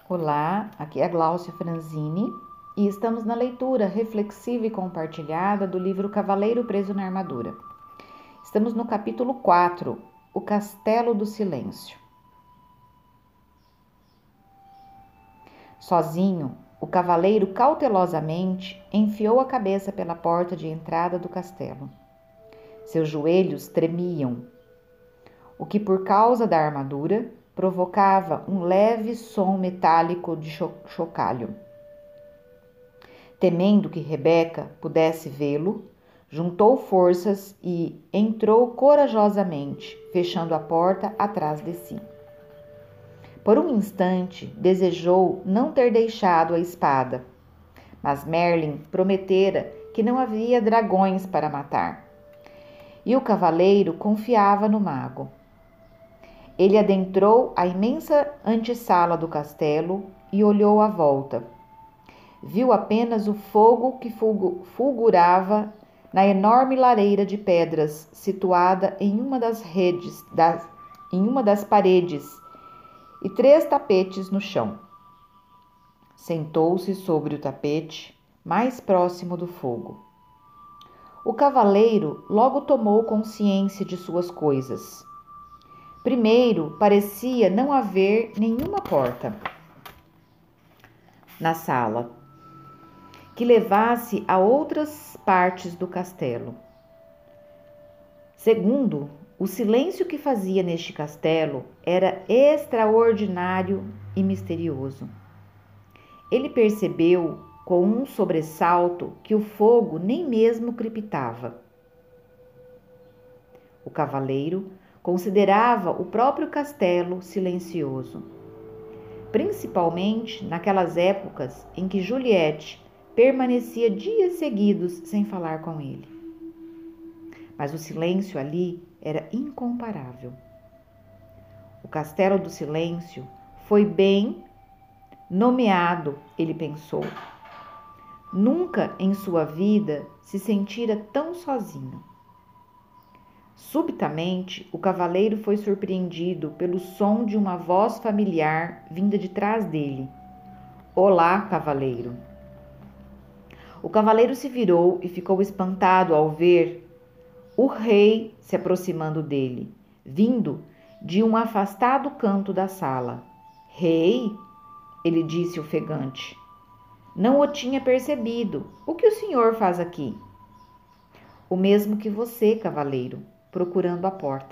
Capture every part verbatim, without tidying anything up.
Olá, aqui é a Gláucia Franzini e estamos na leitura reflexiva e compartilhada do livro Cavaleiro Preso na Armadura. Estamos no capítulo quatro, O Castelo do Silêncio. Sozinho, o cavaleiro cautelosamente enfiou a cabeça pela porta de entrada do castelo. Seus joelhos tremiam, o que por causa da armadura provocava um leve som metálico de chocalho. Temendo que Rebeca pudesse vê-lo, juntou forças e entrou corajosamente, fechando a porta atrás de si. Por um instante, desejou não ter deixado a espada, mas Merlin prometera que não havia dragões para matar, e o cavaleiro confiava no mago. Ele adentrou a imensa antessala do castelo e olhou à volta. Viu apenas o fogo que fulgurava na enorme lareira de pedras situada em uma das redes, das, em uma das paredes, e três tapetes no chão. Sentou-se sobre o tapete mais próximo do fogo. O cavaleiro logo tomou consciência de suas coisas. Primeiro, parecia não haver nenhuma porta na sala que levasse a outras partes do castelo. Segundo, o silêncio que fazia neste castelo era extraordinário e misterioso. Ele percebeu com um sobressalto que o fogo nem mesmo crepitava. O cavaleiro considerava o próprio castelo silencioso, principalmente naquelas épocas em que Juliette permanecia dias seguidos sem falar com ele. Mas o silêncio ali era incomparável. O Castelo do Silêncio foi bem nomeado, ele pensou. Nunca em sua vida se sentira tão sozinho. Subitamente, o cavaleiro foi surpreendido pelo som de uma voz familiar vinda de trás dele. Olá, cavaleiro! O cavaleiro se virou e ficou espantado ao ver o rei se aproximando dele, vindo de um afastado canto da sala. Rei, ele disse ofegante, não o tinha percebido. O que o senhor faz aqui? O mesmo que você, cavaleiro, procurando a porta.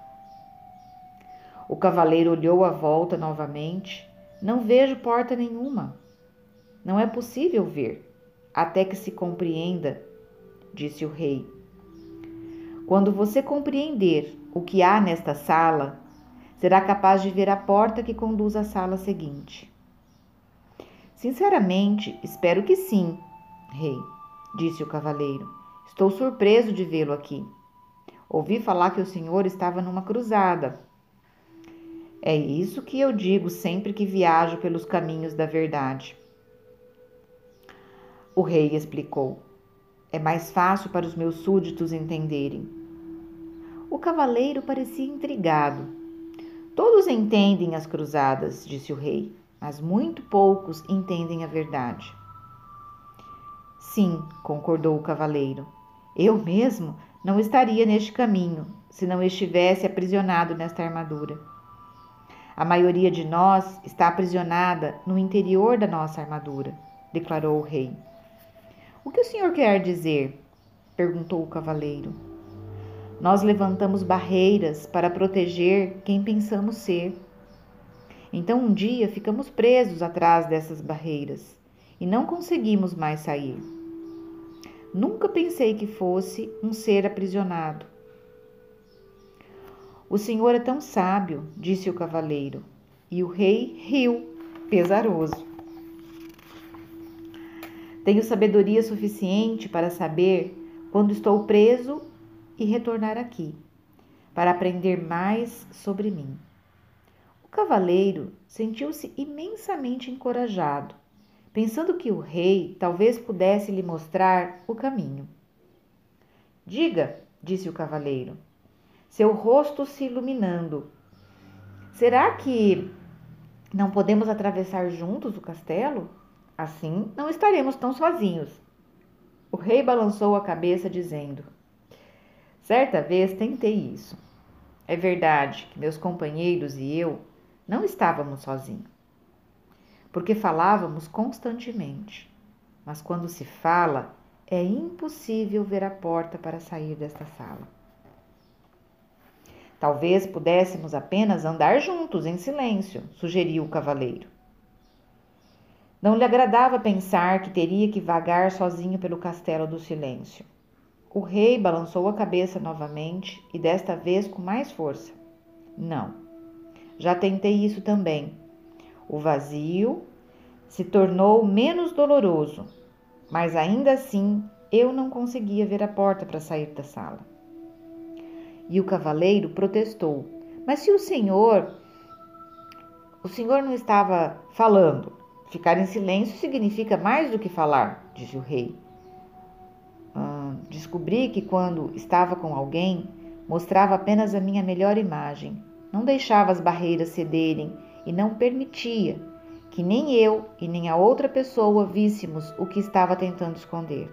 O cavaleiro olhou à volta novamente. Não vejo porta nenhuma. Não é possível ver, até que se compreenda, disse o rei. Quando você compreender o que há nesta sala, será capaz de ver a porta que conduz à sala seguinte. Sinceramente, espero que sim, rei, disse o cavaleiro. Estou surpreso de vê-lo aqui. Ouvi falar que o senhor estava numa cruzada. É isso que eu digo sempre que viajo pelos caminhos da verdade. O rei explicou. É mais fácil para os meus súditos entenderem. O cavaleiro parecia intrigado. Todos entendem as cruzadas, disse o rei, mas muito poucos entendem a verdade. Sim, concordou o cavaleiro. Eu mesmo não estaria neste caminho se não estivesse aprisionado nesta armadura. A maioria de nós está aprisionada no interior da nossa armadura, declarou o rei. O que o senhor quer dizer? Perguntou o cavaleiro. Nós levantamos barreiras para proteger quem pensamos ser. Então um dia ficamos presos atrás dessas barreiras e não conseguimos mais sair. Nunca pensei que fosse um ser aprisionado. O senhor é tão sábio, disse o cavaleiro, e o rei riu, pesaroso. Tenho sabedoria suficiente para saber quando estou preso e retornar aqui, para aprender mais sobre mim. O cavaleiro sentiu-se imensamente encorajado, pensando que o rei talvez pudesse lhe mostrar o caminho. Diga, disse o cavaleiro, seu rosto se iluminando, será que Não podemos atravessar juntos o castelo? Assim não estaremos tão sozinhos. O rei balançou a cabeça, dizendo: certa vez tentei isso. É verdade que meus companheiros e eu não estávamos sozinhos, porque falávamos constantemente. Mas quando se fala, é impossível ver a porta para sair desta sala. Talvez pudéssemos apenas andar juntos em silêncio, sugeriu o cavaleiro. Não lhe agradava pensar que teria que vagar sozinho pelo castelo do silêncio. O rei balançou a cabeça novamente e desta vez com mais força. Não, já tentei isso também. O vazio se tornou menos doloroso, mas ainda assim eu não conseguia ver a porta para sair da sala. E o cavaleiro protestou: mas se o senhor... O senhor não estava falando. Ficar em silêncio significa mais do que falar, disse o rei. Hum, descobri que quando estava com alguém, mostrava apenas a minha melhor imagem. Não deixava as barreiras cederem e não permitia que nem eu e nem a outra pessoa víssemos o que estava tentando esconder.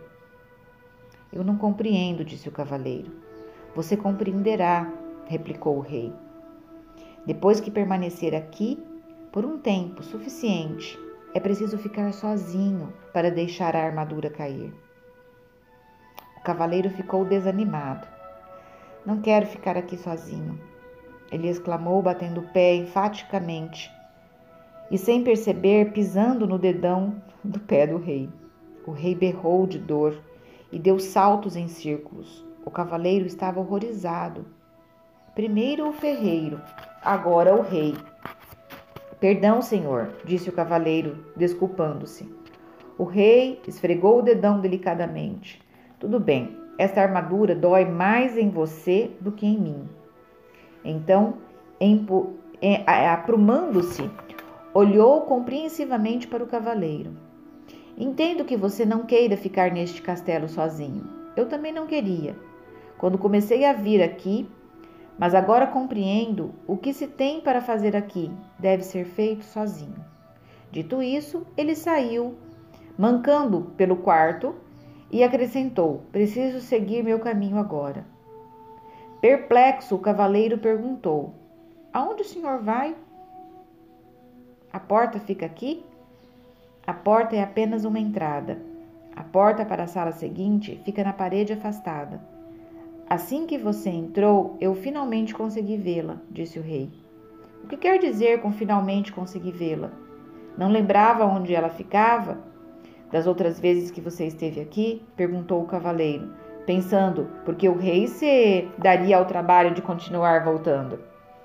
Eu não compreendo, disse o cavaleiro. Você compreenderá, replicou o rei. Depois que permanecer aqui, por um tempo suficiente, é preciso ficar sozinho para deixar a armadura cair. O cavaleiro ficou desanimado. Não quero ficar aqui sozinho, ele exclamou, batendo o pé enfaticamente e, sem perceber, pisando no dedão do pé do rei. O rei berrou de dor e deu saltos em círculos. O cavaleiro estava horrorizado. Primeiro o ferreiro, agora o rei. Perdão, senhor, disse o cavaleiro, desculpando-se. O rei esfregou o dedão delicadamente. Tudo bem, esta armadura dói mais em você do que em mim. Então, aprumando-se, olhou compreensivamente para o cavaleiro. Entendo que você não queira ficar neste castelo sozinho. Eu também não queria, quando comecei a vir aqui, mas agora compreendo o que se tem para fazer aqui deve ser feito sozinho. Dito isso, ele saiu, mancando pelo quarto, e acrescentou: preciso seguir meu caminho agora. Perplexo, o cavaleiro perguntou: aonde o senhor vai? A porta fica aqui? A porta é apenas uma entrada. A porta para a sala seguinte fica na parede afastada. Assim que você entrou, eu finalmente consegui vê-la, disse o rei. O que quer dizer com finalmente consegui vê-la? Não lembrava onde ela ficava? Das outras vezes que você esteve aqui? Perguntou o cavaleiro, pensando porque o rei se daria ao trabalho de continuar voltando.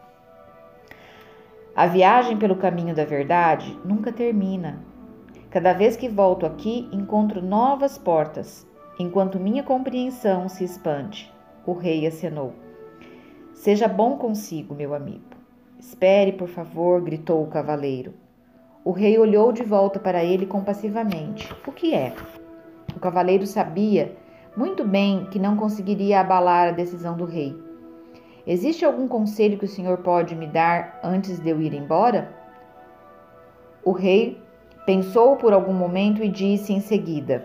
A viagem pelo caminho da verdade nunca termina. Cada vez que volto aqui, encontro novas portas, enquanto minha compreensão se expande. O rei acenou. Seja bom consigo, meu amigo. Espere, por favor, gritou o cavaleiro. O rei olhou de volta para ele compassivamente. O que é? O cavaleiro sabia muito bem que não conseguiria abalar a decisão do rei. Existe algum conselho que o senhor pode me dar antes de eu ir embora? O rei pensou por algum momento e disse em seguida: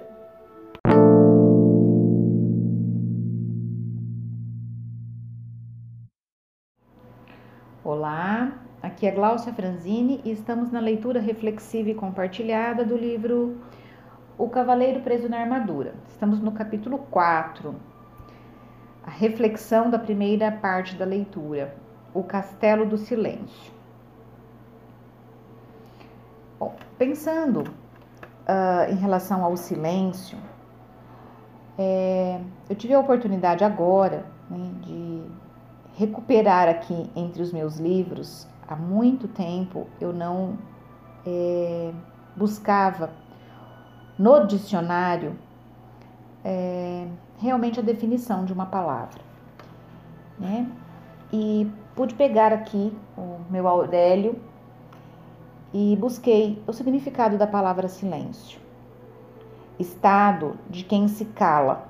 Olá, aqui é Gláucia Franzini e estamos na leitura reflexiva e compartilhada do livro O Cavaleiro Preso na Armadura. Estamos no capítulo quatro, a reflexão da primeira parte da leitura, O Castelo do Silêncio. Bom, pensando uh, em relação ao silêncio, é, eu tive a oportunidade agora, né, de recuperar aqui entre os meus livros. Há muito tempo eu não é, buscava no dicionário é, realmente a definição de uma palavra, né? E pude pegar aqui o meu Aurélio e busquei o significado da palavra silêncio. Estado de quem se cala,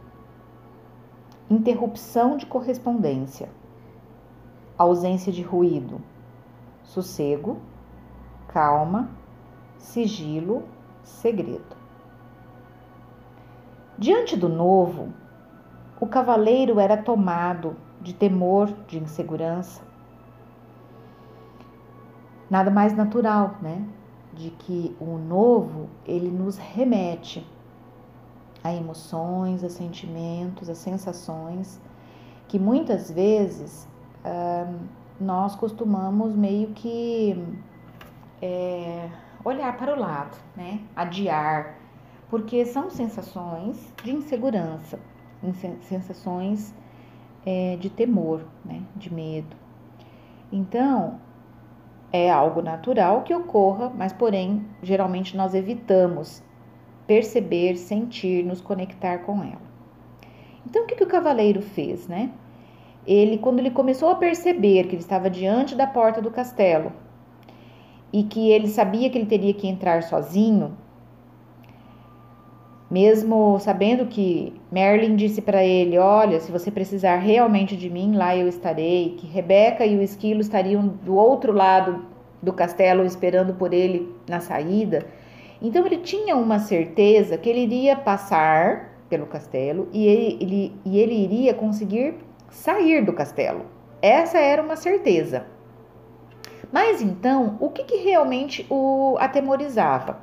interrupção de correspondência, ausência de ruído, sossego, calma, sigilo, segredo. Diante do novo, o cavaleiro era tomado de temor, de insegurança. Nada mais natural, né? De que o novo, ele nos remete a emoções, a sentimentos, a sensações que muitas vezes ah, nós costumamos meio que é, olhar para o lado, né? Adiar, porque são sensações de insegurança, sensações é, de temor, né? De medo. Então, é algo natural que ocorra, mas porém, geralmente nós evitamos perceber, sentir, nos conectar com ela. Então, o que, que o cavaleiro fez, né? Ele, quando ele começou a perceber que ele estava diante da porta do castelo e que ele sabia que ele teria que entrar sozinho, mesmo sabendo que Merlin disse para ele, olha, se você precisar realmente de mim, lá eu estarei, que Rebeca e o esquilo estariam do outro lado do castelo esperando por ele na saída. Então ele tinha uma certeza que ele iria passar pelo castelo e ele, ele, e ele iria conseguir sair do castelo. Essa era uma certeza. Mas então, o que, que realmente o atemorizava?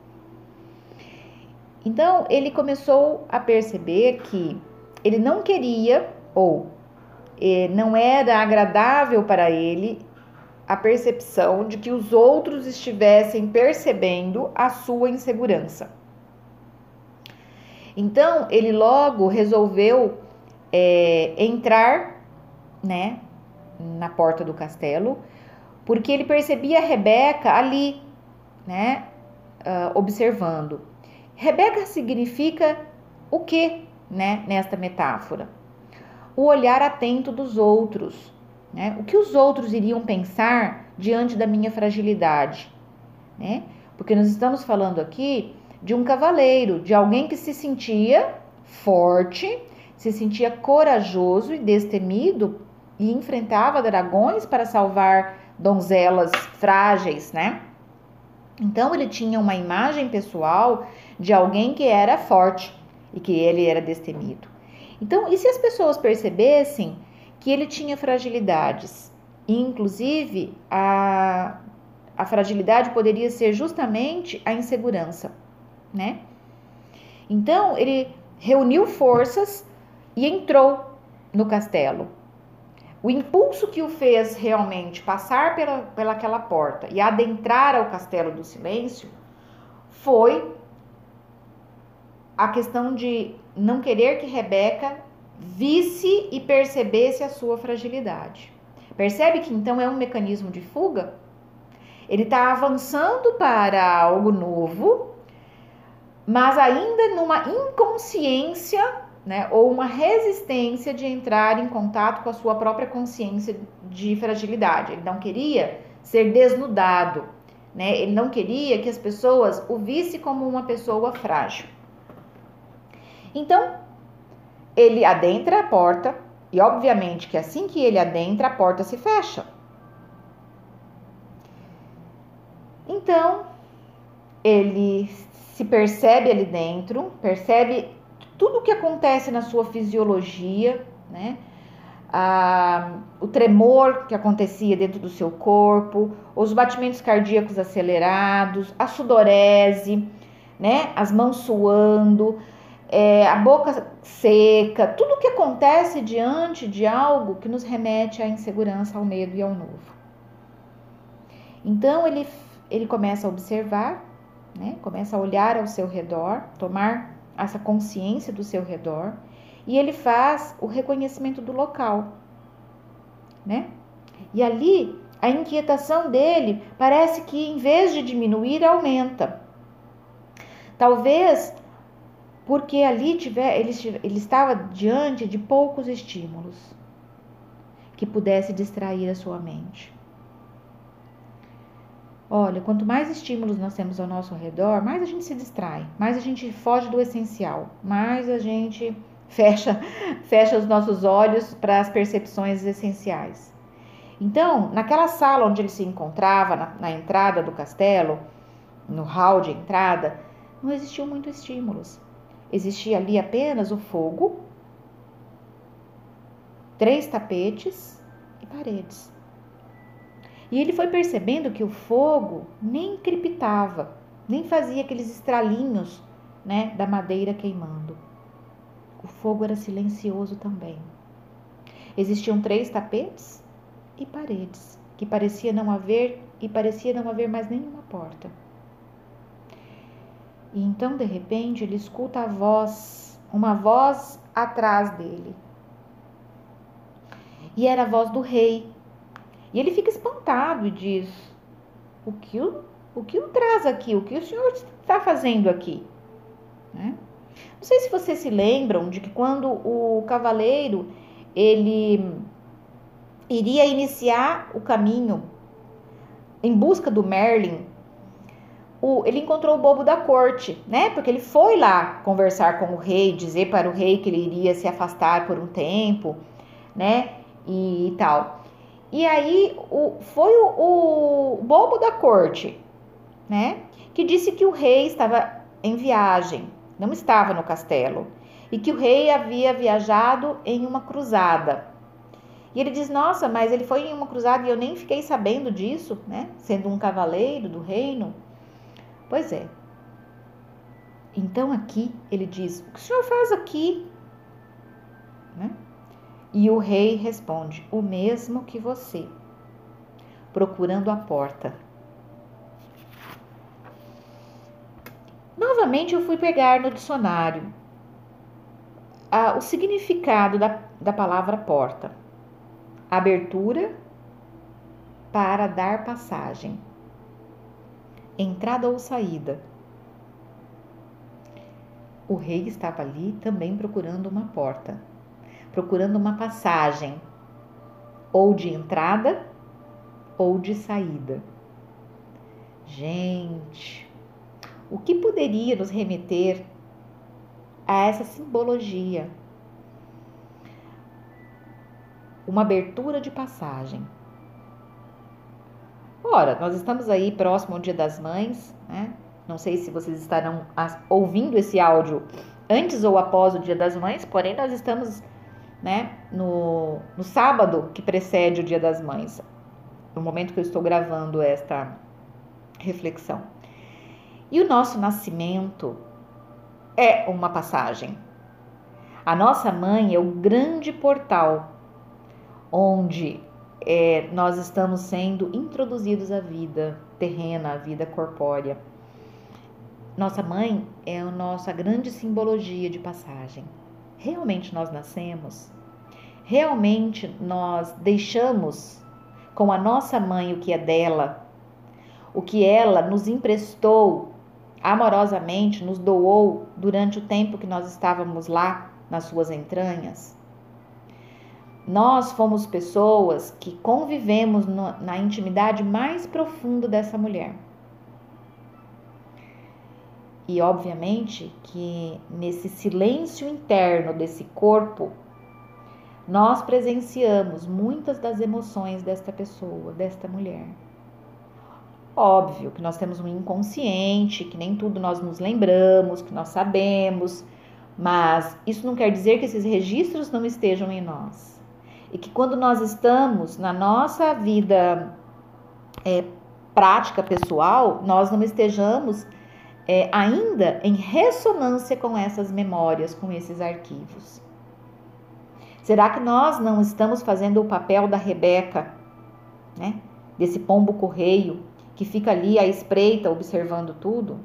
Então, ele começou a perceber que ele não queria, ou eh, não era agradável para ele, a percepção de que os outros estivessem percebendo a sua insegurança. Então, ele logo resolveu é, entrar, né, na porta do castelo, porque ele percebia a Rebeca ali, né, uh, observando. Rebeca significa o que, né, nesta metáfora? O olhar atento dos outros, né? O que os outros iriam pensar diante da minha fragilidade, né? Porque nós estamos falando aqui de um cavaleiro, de alguém que se sentia forte, se sentia corajoso e destemido e enfrentava dragões para salvar donzelas frágeis, né? Então ele tinha uma imagem pessoal de alguém que era forte e que ele era destemido. Então, e se as pessoas percebessem que ele tinha fragilidades? E, inclusive, a, a fragilidade poderia ser justamente a insegurança, né? Então, ele reuniu forças e entrou no castelo. O impulso que o fez realmente passar pela, pelaquela porta e adentrar ao castelo do silêncio foi a questão de não querer que Rebeca visse e percebesse a sua fragilidade. Percebe que então é um mecanismo de fuga? Ele está avançando para algo novo, mas ainda numa inconsciência, né, ou uma resistência de entrar em contato com a sua própria consciência de fragilidade. Ele não queria ser desnudado, né? Ele não queria que as pessoas o vissem como uma pessoa frágil. Então, ele adentra a porta e, obviamente, que assim que ele adentra, a porta se fecha. Então, ele se percebe ali dentro, percebe tudo o que acontece na sua fisiologia, né? Ah, o tremor que acontecia dentro do seu corpo, os batimentos cardíacos acelerados, a sudorese, né? As mãos suando, é, a boca seca, tudo o que acontece diante de algo que nos remete à insegurança, ao medo e ao novo. Então ele, ele começa a observar, né? Começa a olhar ao seu redor, tomar essa consciência do seu redor, e ele faz o reconhecimento do local, né? E ali a inquietação dele parece que, em vez de diminuir, aumenta. Talvez porque ali tiver, ele, ele estava diante de poucos estímulos que pudesse distrair a sua mente. Olha, quanto mais estímulos nós temos ao nosso redor, mais a gente se distrai, mais a gente foge do essencial, mais a gente fecha, fecha os nossos olhos para as percepções essenciais. Então, naquela sala onde ele se encontrava, na, na entrada do castelo, no hall de entrada, não existiam muitos estímulos. Existia ali apenas o fogo, três tapetes e paredes. E ele foi percebendo que o fogo nem crepitava, nem fazia aqueles estralinhos, né, da madeira queimando. O fogo era silencioso também. Existiam três tapetes e paredes, que parecia não haver e parecia não haver mais nenhuma porta. E então, de repente, ele escuta a voz, uma voz atrás dele. E era a voz do rei. E ele fica espantado e diz: o que o, o que o traz aqui? O que o senhor está fazendo aqui? Né? Não sei se vocês se lembram de que quando o cavaleiro ele iria iniciar o caminho em busca do Merlin, o, ele encontrou o bobo da corte, né? Porque ele foi lá conversar com o rei, dizer para o rei que ele iria se afastar por um tempo, né? E, e tal. E aí o, foi o, o bobo da corte, né? Que disse que o rei estava em viagem, não estava no castelo, e que o rei havia viajado em uma cruzada. E ele diz: nossa, mas ele foi em uma cruzada e eu nem fiquei sabendo disso, né? Sendo um cavaleiro do reino. Pois é. Então aqui ele diz: o que o senhor faz aqui? Né? E o rei responde: o mesmo que você, procurando a porta. Novamente eu fui pegar no dicionário ah, o significado da, da palavra porta. Abertura para dar passagem. Entrada ou saída. O rei estava ali também procurando uma porta, procurando uma passagem, ou de entrada ou de saída. Gente, o que poderia nos remeter a essa simbologia? Uma abertura de passagem. Ora, nós estamos aí próximo ao Dia das Mães, né? Não sei se vocês estarão ouvindo esse áudio antes ou após o Dia das Mães, porém nós estamos, né, no, no sábado que precede o Dia das Mães, no momento que eu estou gravando esta reflexão. E o nosso nascimento é uma passagem. A nossa mãe é o grande portal onde é, nós estamos sendo introduzidos à vida terrena, à vida corpórea. Nossa mãe é a nossa grande simbologia de passagem. Realmente nós nascemos? Realmente nós deixamos com a nossa mãe o que é dela, o que ela nos emprestou amorosamente, nos doou durante o tempo que nós estávamos lá nas suas entranhas? Nós fomos pessoas que convivemos no, na intimidade mais profunda dessa mulher. E obviamente que nesse silêncio interno desse corpo, nós presenciamos muitas das emoções desta pessoa, desta mulher. Óbvio que nós temos um inconsciente, que nem tudo nós nos lembramos, que nós sabemos, mas isso não quer dizer que esses registros não estejam em nós. E que quando nós estamos na nossa vida é, prática pessoal, nós não estejamos é, ainda em ressonância com essas memórias, com esses arquivos. Será que nós não estamos fazendo o papel da Rebeca, né? Desse pombo correio que fica ali à espreita observando tudo?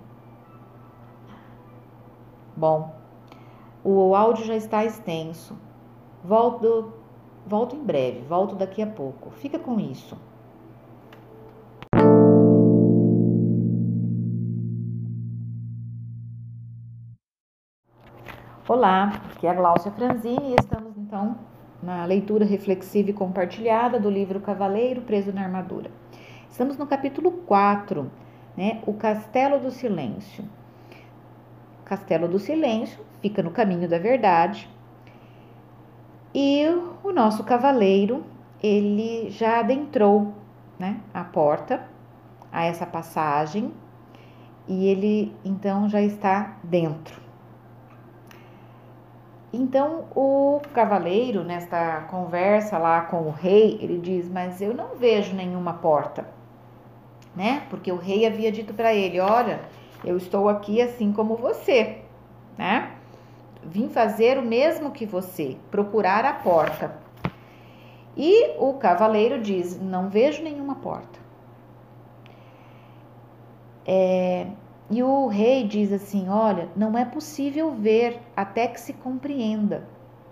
Bom, o áudio já está extenso. Volto, volto em breve, volto daqui a pouco. Fica com isso. Olá, aqui é a Gláucia Franzini e estamos então na leitura reflexiva e compartilhada do livro Cavaleiro Preso na Armadura. Estamos no capítulo quatro, né? O Castelo do Silêncio. O Castelo do Silêncio fica no caminho da verdade e o nosso cavaleiro ele já adentrou, né, a porta, a essa passagem, e ele então já está dentro. Então o cavaleiro, nesta conversa lá com o rei, ele diz: mas eu não vejo nenhuma porta, né? Porque o rei havia dito para ele: olha, eu estou aqui assim como você, né? Vim fazer o mesmo que você, procurar a porta. E o cavaleiro diz: não vejo nenhuma porta. É, e o rei diz assim: olha, não é possível ver até que se compreenda.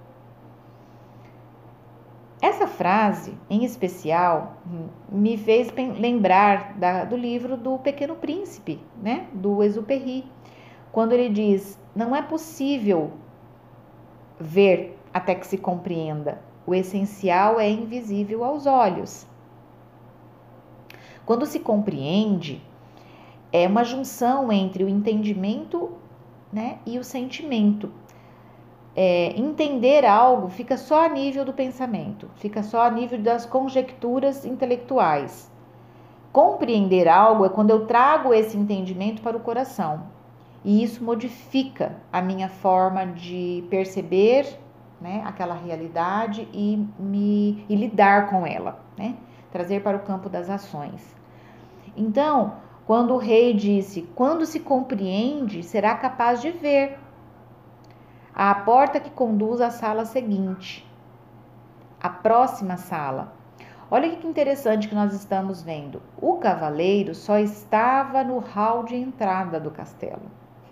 Essa frase, em especial, me fez lembrar da, do livro do Pequeno Príncipe, né, do Exupéry, quando ele diz: não é possível ver até que se compreenda. O essencial é invisível aos olhos. Quando se compreende, é uma junção entre o entendimento, né, e o sentimento. É, entender algo fica só a nível do pensamento, fica só a nível das conjecturas intelectuais. Compreender algo é quando eu trago esse entendimento para o coração. E isso modifica a minha forma de perceber, né, aquela realidade e, me, e lidar com ela, né? Trazer para o campo das ações. Então, quando o rei disse: quando se compreende, será capaz de ver a porta que conduz à sala seguinte, a próxima sala. Olha que interessante que nós estamos vendo. O cavaleiro só estava no hall de entrada do castelo.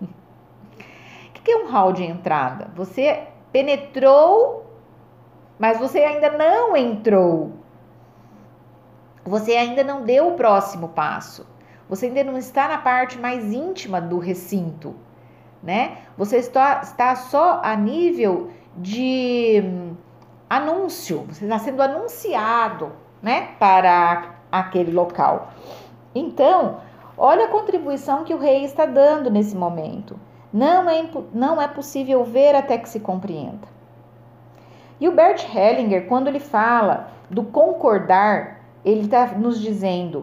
O que é um hall de entrada? Você penetrou, mas você ainda não entrou. Você ainda não deu o próximo passo. Você ainda não está na parte mais íntima do recinto, né? Você está, está só a nível de hum, anúncio. Você está sendo anunciado, né, para aquele local. Então, olha a contribuição que o rei está dando nesse momento. Não é, não é possível ver até que se compreenda. E o Bert Hellinger, quando ele fala do concordar, ele está nos dizendo,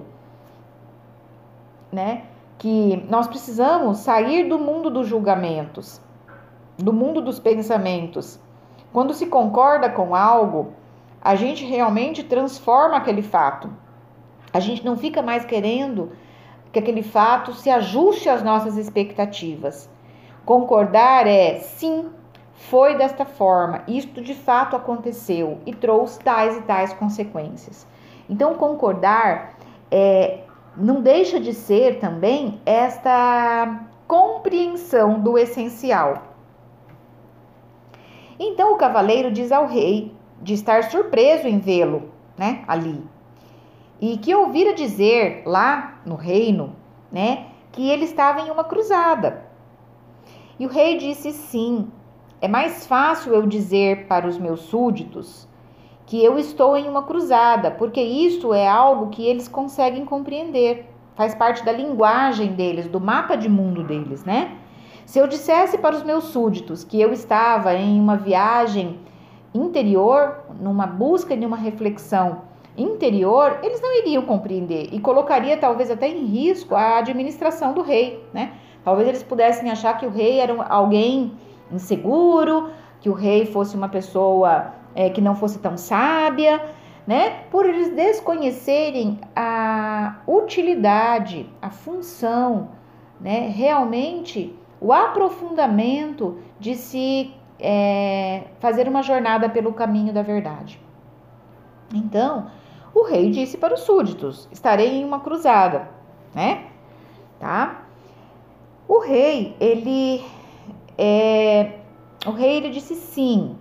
né, que nós precisamos sair do mundo dos julgamentos, do mundo dos pensamentos. Quando se concorda com algo, a gente realmente transforma aquele fato. A gente não fica mais querendo que aquele fato se ajuste às nossas expectativas. Concordar é, sim, foi desta forma, isto de fato aconteceu e trouxe tais e tais consequências. Então, concordar é, não deixa de ser também esta compreensão do essencial. Então, o cavaleiro diz ao rei de estar surpreso em vê-lo, né, ali, e que ouvira dizer lá no reino, né, que ele estava em uma cruzada. E o rei disse: sim, é mais fácil eu dizer para os meus súditos que eu estou em uma cruzada, porque isto é algo que eles conseguem compreender, faz parte da linguagem deles, do mapa de mundo deles, né? Se eu dissesse para os meus súditos que eu estava em uma viagem interior, numa busca de uma reflexão interior, eles não iriam compreender e colocaria talvez até em risco a administração do rei, né? Talvez eles pudessem achar que o rei era alguém inseguro, que o rei fosse uma pessoa é, que não fosse tão sábia, né? Por eles desconhecerem a utilidade, a função, né? Realmente o aprofundamento de se é, fazer uma jornada pelo caminho da verdade. Então, o rei disse para os súditos: estarei em uma cruzada, né? Tá? O rei, ele, é, o rei, ele disse sim.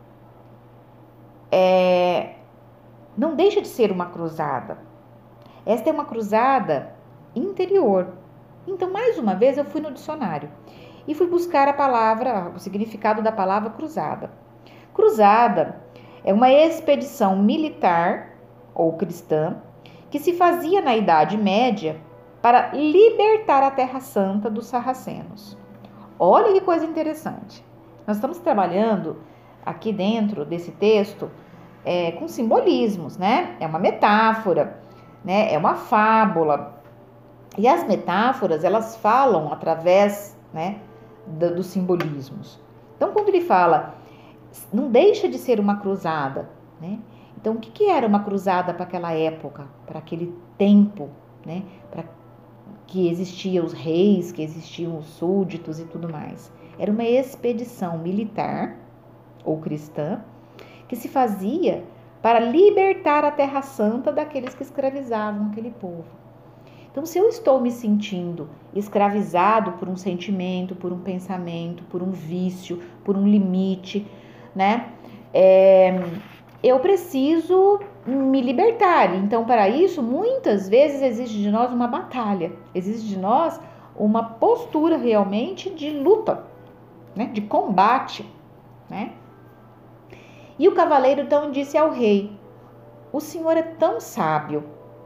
É, não deixa de ser uma cruzada. Esta é uma cruzada interior. Então, mais uma vez, eu fui no dicionário e fui buscar a palavra, o significado da palavra cruzada. Cruzada é uma expedição militar ou cristã que se fazia na Idade Média para libertar a Terra Santa dos sarracenos. Olha que coisa interessante. Nós estamos trabalhando aqui dentro desse texto é, com simbolismos, né? É uma metáfora, né? É uma fábula. E as metáforas, elas falam através, né, do, dos simbolismos. Então, quando ele fala, não deixa de ser uma cruzada, né? Então, o que, que era uma cruzada para aquela época, para aquele tempo, né? Para que existiam os reis, que existiam os súditos e tudo mais. Era uma expedição militar ou cristã que se fazia para libertar a Terra Santa daqueles que escravizavam aquele povo. Então, se eu estou me sentindo escravizado por um sentimento, por um pensamento, por um vício, por um limite, né? É, eu preciso me libertar. Então, para isso, muitas vezes exige de nós uma batalha, exige de nós uma postura realmente de luta, né? De combate, né? E o cavaleiro então disse ao rei: o senhor é tão sábio.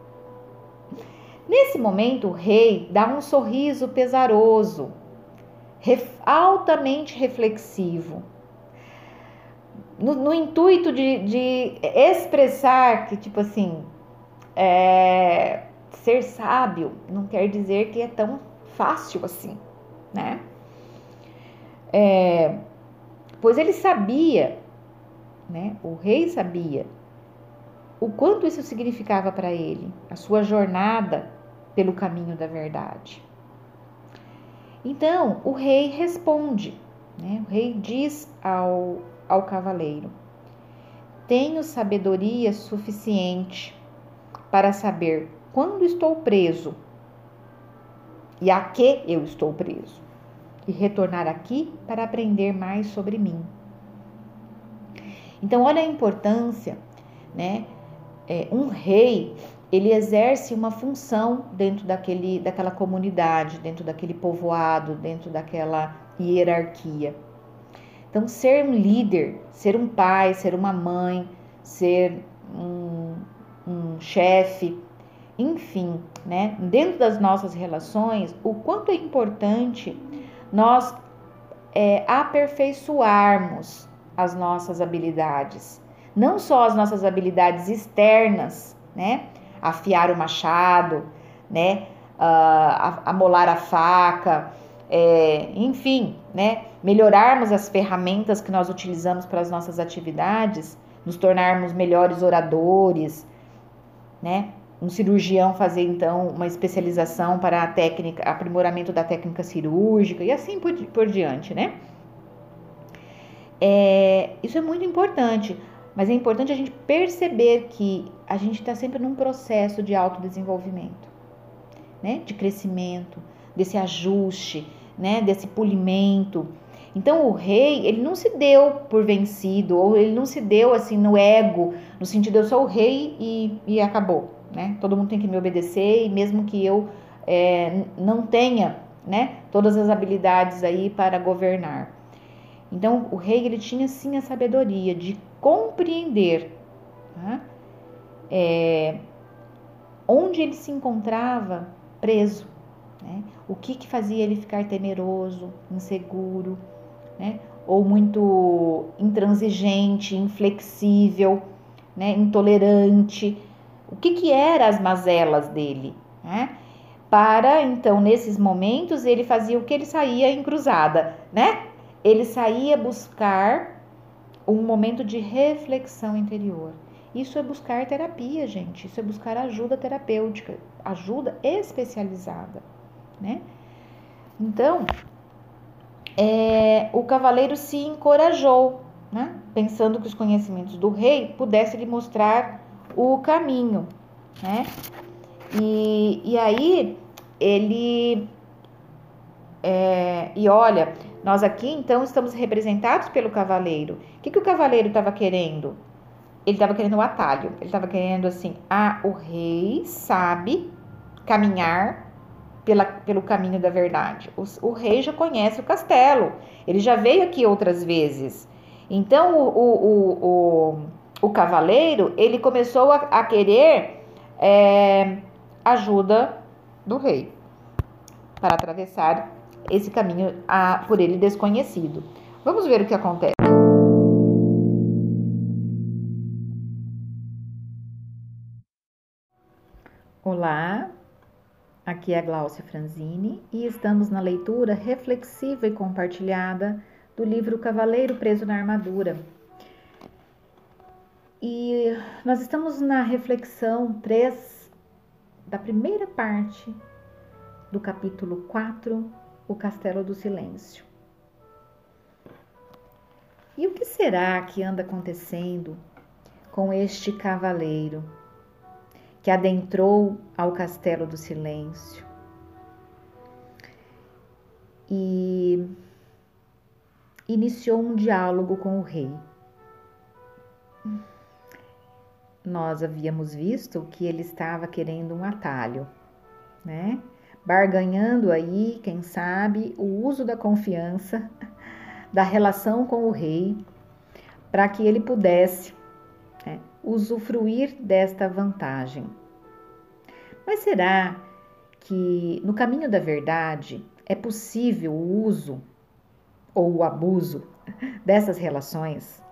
Nesse momento, o rei dá um sorriso pesaroso, altamente reflexivo, no, no intuito de, de expressar que, tipo assim, é, ser sábio não quer dizer que é tão fácil assim, né? É, pois ele sabia, né? O rei sabia o quanto isso significava para ele, a sua jornada pelo caminho da verdade. Então, o rei responde, né? O rei diz ao, ao cavaleiro: tenho sabedoria suficiente para saber quando estou preso e a que eu estou preso, e retornar aqui para aprender mais sobre mim. Então, olha a importância, né? É, um rei, ele exerce uma função dentro daquele, daquela comunidade, dentro daquele povoado, dentro daquela hierarquia. Então, ser um líder, ser um pai, ser uma mãe, ser um, um chefe, enfim, né? Dentro das nossas relações, o quanto é importante nós é, aperfeiçoarmos as nossas habilidades. Não só as nossas habilidades externas, né? Afiar o machado, né? Uh, amolar a faca, é, enfim, né? Melhorarmos as ferramentas que nós utilizamos para as nossas atividades, nos tornarmos melhores oradores, né? Um cirurgião fazer, então, uma especialização para a técnica, aprimoramento da técnica cirúrgica e assim por, por diante, né? É, isso é muito importante. Mas é importante a gente perceber que a gente está sempre num processo de autodesenvolvimento, né? De crescimento, desse ajuste, né? Desse polimento. Então, o rei, ele não se deu por vencido, ou ele não se deu assim no ego, no sentido, eu sou o rei e, e acabou, né? Todo mundo tem que me obedecer, e mesmo que eu é, não tenha, né? Todas as habilidades aí para governar. Então, o rei, ele tinha sim a sabedoria de compreender, tá? é, onde ele se encontrava preso, né? O que, que fazia ele ficar temeroso, inseguro, né? Ou muito intransigente, inflexível, né? Intolerante. O que, que eram as mazelas dele, né? Para, então, nesses momentos, ele fazia o que? Ele saía em cruzada, né? Ele saía buscar um momento de reflexão interior. Isso é buscar terapia, gente. Isso é buscar ajuda terapêutica, ajuda especializada, né? Então, é, o cavaleiro se encorajou, né? Pensando que os conhecimentos do rei pudessem lhe mostrar o caminho, né? E, e aí, ele... É, e olha, nós aqui então estamos representados pelo cavaleiro. O que, que o cavaleiro estava querendo? Ele estava querendo o atalho. Ele estava querendo assim, ah, o rei sabe caminhar pela, pelo caminho da verdade. O, o rei já conhece o castelo. Ele já veio aqui outras vezes. Então o, o, o, o, o cavaleiro, ele começou a, a querer é, ajuda do rei para atravessar esse caminho a, por ele desconhecido. Vamos ver o que acontece. Aqui é a Gláucia Franzini e estamos na leitura reflexiva e compartilhada do livro Cavaleiro Preso na Armadura. E nós estamos na reflexão três da primeira parte do capítulo quatro, O Castelo do Silêncio. E o que será que anda acontecendo com este cavaleiro que adentrou ao Castelo do Silêncio e iniciou um diálogo com o rei? Nós havíamos visto que ele estava querendo um atalho, né? Barganhando aí, quem sabe, o uso da confiança, da relação com o rei, para que ele pudesse, né, usufruir desta vantagem. Mas será que no caminho da verdade é possível o uso ou o abuso dessas relações?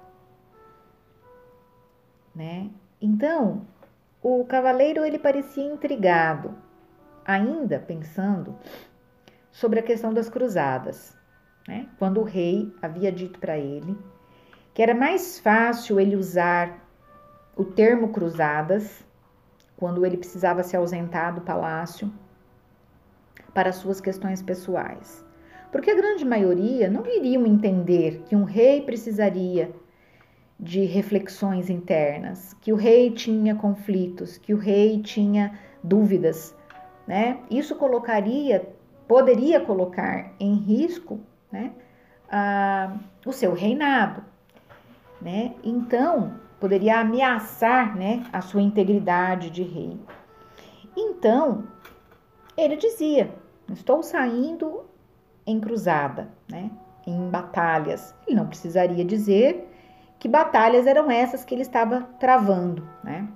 Né? Então, o cavaleiro ele parecia intrigado, ainda pensando sobre a questão das cruzadas, né? Quando o rei havia dito para ele que era mais fácil ele usar o termo cruzadas quando ele precisava se ausentar do palácio para suas questões pessoais, porque a grande maioria não iriam entender que um rei precisaria de reflexões internas, que o rei tinha conflitos, que o rei tinha dúvidas, né? Isso colocaria, poderia colocar em risco, né, a, o seu reinado, né? Então, poderia ameaçar, né, a sua integridade de rei. Então, ele dizia: estou saindo em cruzada, né, em batalhas. Ele não precisaria dizer que batalhas eram essas que ele estava travando, né?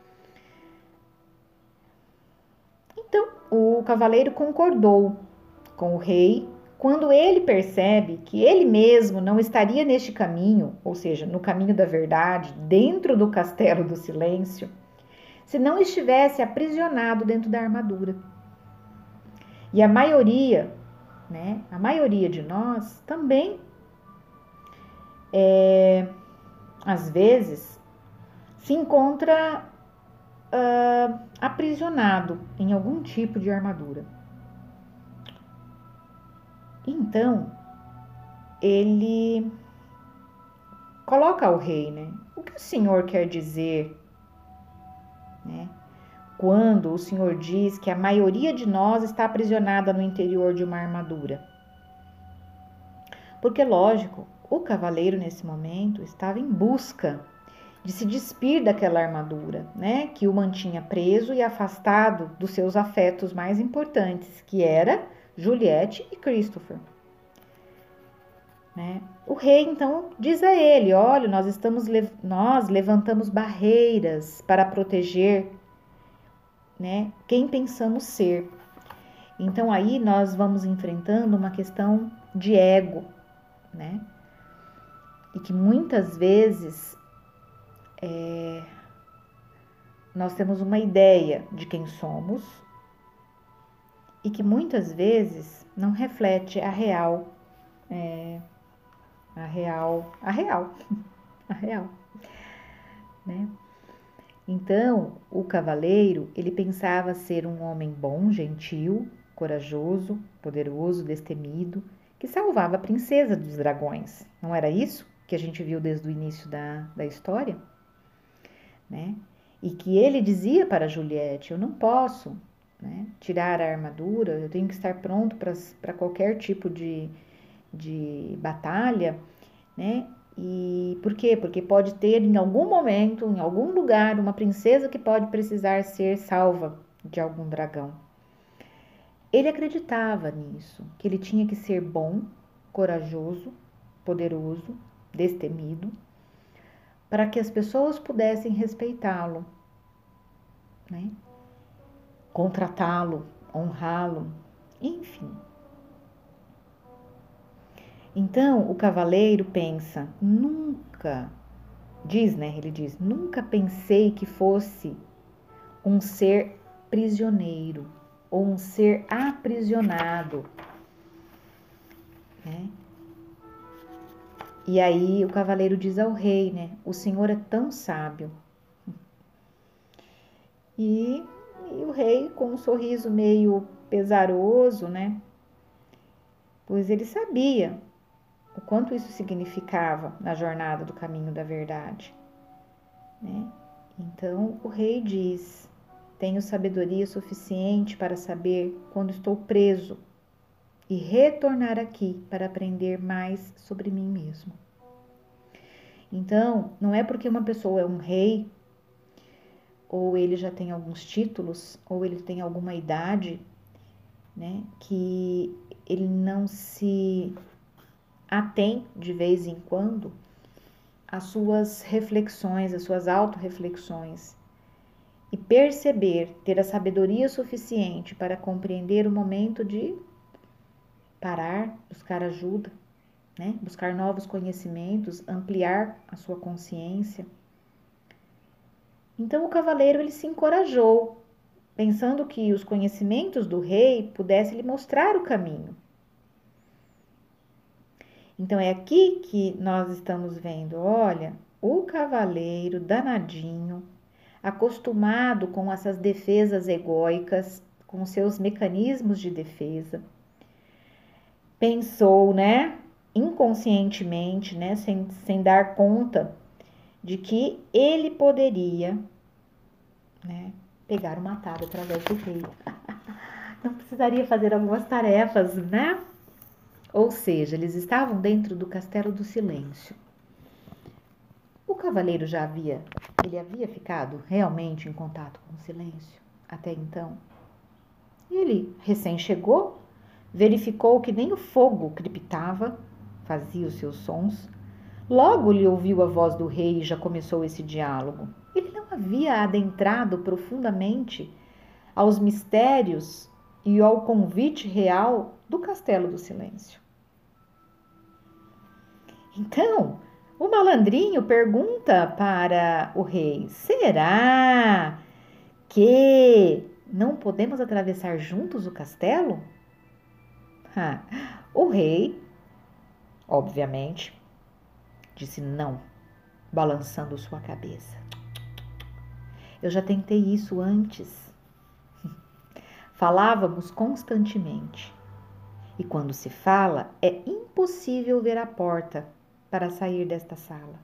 Então, o cavaleiro concordou com o rei quando ele percebe que ele mesmo não estaria neste caminho, ou seja, no caminho da verdade, dentro do Castelo do Silêncio, se não estivesse aprisionado dentro da armadura. E a maioria, né, a maioria de nós também é, às vezes, se encontra uh, aprisionado em algum tipo de armadura. Então, ele coloca ao rei, né? O que o senhor quer dizer, né, quando o senhor diz que a maioria de nós está aprisionada no interior de uma armadura? Porque, lógico, o cavaleiro, nesse momento, estava em busca de se despir daquela armadura, né, que o mantinha preso e afastado dos seus afetos mais importantes, que era Juliette e Christopher. Né? O rei, então, diz a ele: olha, nós, estamos, nós levantamos barreiras para proteger, né, quem pensamos ser. Então, aí nós vamos enfrentando uma questão de ego, né? E que muitas vezes é, nós temos uma ideia de quem somos e que muitas vezes não reflete a real, é, a real, a real, a real, né? Então, o cavaleiro, ele pensava ser um homem bom, gentil, corajoso, poderoso, destemido, que salvava a princesa dos dragões. Não era isso que a gente viu desde o início da, da história? Né? E que ele dizia para Juliette: eu não posso, né, tirar a armadura, eu tenho que estar pronto para qualquer tipo de, de batalha, né? E por quê? Porque pode ter em algum momento, em algum lugar, uma princesa que pode precisar ser salva de algum dragão. Ele acreditava nisso, que ele tinha que ser bom, corajoso, poderoso, destemido, para que as pessoas pudessem respeitá-lo, né? Contratá-lo, honrá-lo, enfim. Então, o cavaleiro pensa: nunca, diz, né? Ele diz: nunca pensei que fosse um ser prisioneiro. ou um ser aprisionado, né? E aí o cavaleiro diz ao rei, né? O senhor é tão sábio. E, e o rei, com um sorriso meio pesaroso, né? Pois ele sabia o quanto isso significava na jornada do caminho da verdade, né? Então o rei diz: tenho sabedoria suficiente para saber quando estou preso e retornar aqui para aprender mais sobre mim mesmo. Então, não é porque uma pessoa é um rei, ou ele já tem alguns títulos, ou ele tem alguma idade, né, que ele não se atém de vez em quando às suas reflexões, às suas autorreflexões, e perceber, ter a sabedoria suficiente para compreender o momento de parar, buscar ajuda, né? Buscar novos conhecimentos, ampliar a sua consciência. Então o cavaleiro ele se encorajou, pensando que os conhecimentos do rei pudessem lhe mostrar o caminho. Então é aqui que nós estamos vendo, olha, o cavaleiro danadinho, acostumado com essas defesas egóicas, com seus mecanismos de defesa, pensou, né, inconscientemente, né, sem, sem dar conta de que ele poderia, né, pegar uma tábua através do rei. Não precisaria fazer algumas tarefas, né? Ou seja, eles estavam dentro do castelo do silêncio. O cavaleiro já havia, ele havia ficado realmente em contato com o silêncio até então. Ele recém chegou, verificou que nem o fogo crepitava, fazia os seus sons. Logo lhe ouviu a voz do rei e já começou esse diálogo. Ele não havia adentrado profundamente aos mistérios e ao convite real do Castelo do Silêncio. Então, o malandrinho pergunta para o rei: será que não podemos atravessar juntos o castelo? Ha. O rei, obviamente, disse não, balançando sua cabeça. Eu já tentei isso antes. Falávamos constantemente. E quando se fala, é impossível ver a porta para sair desta sala,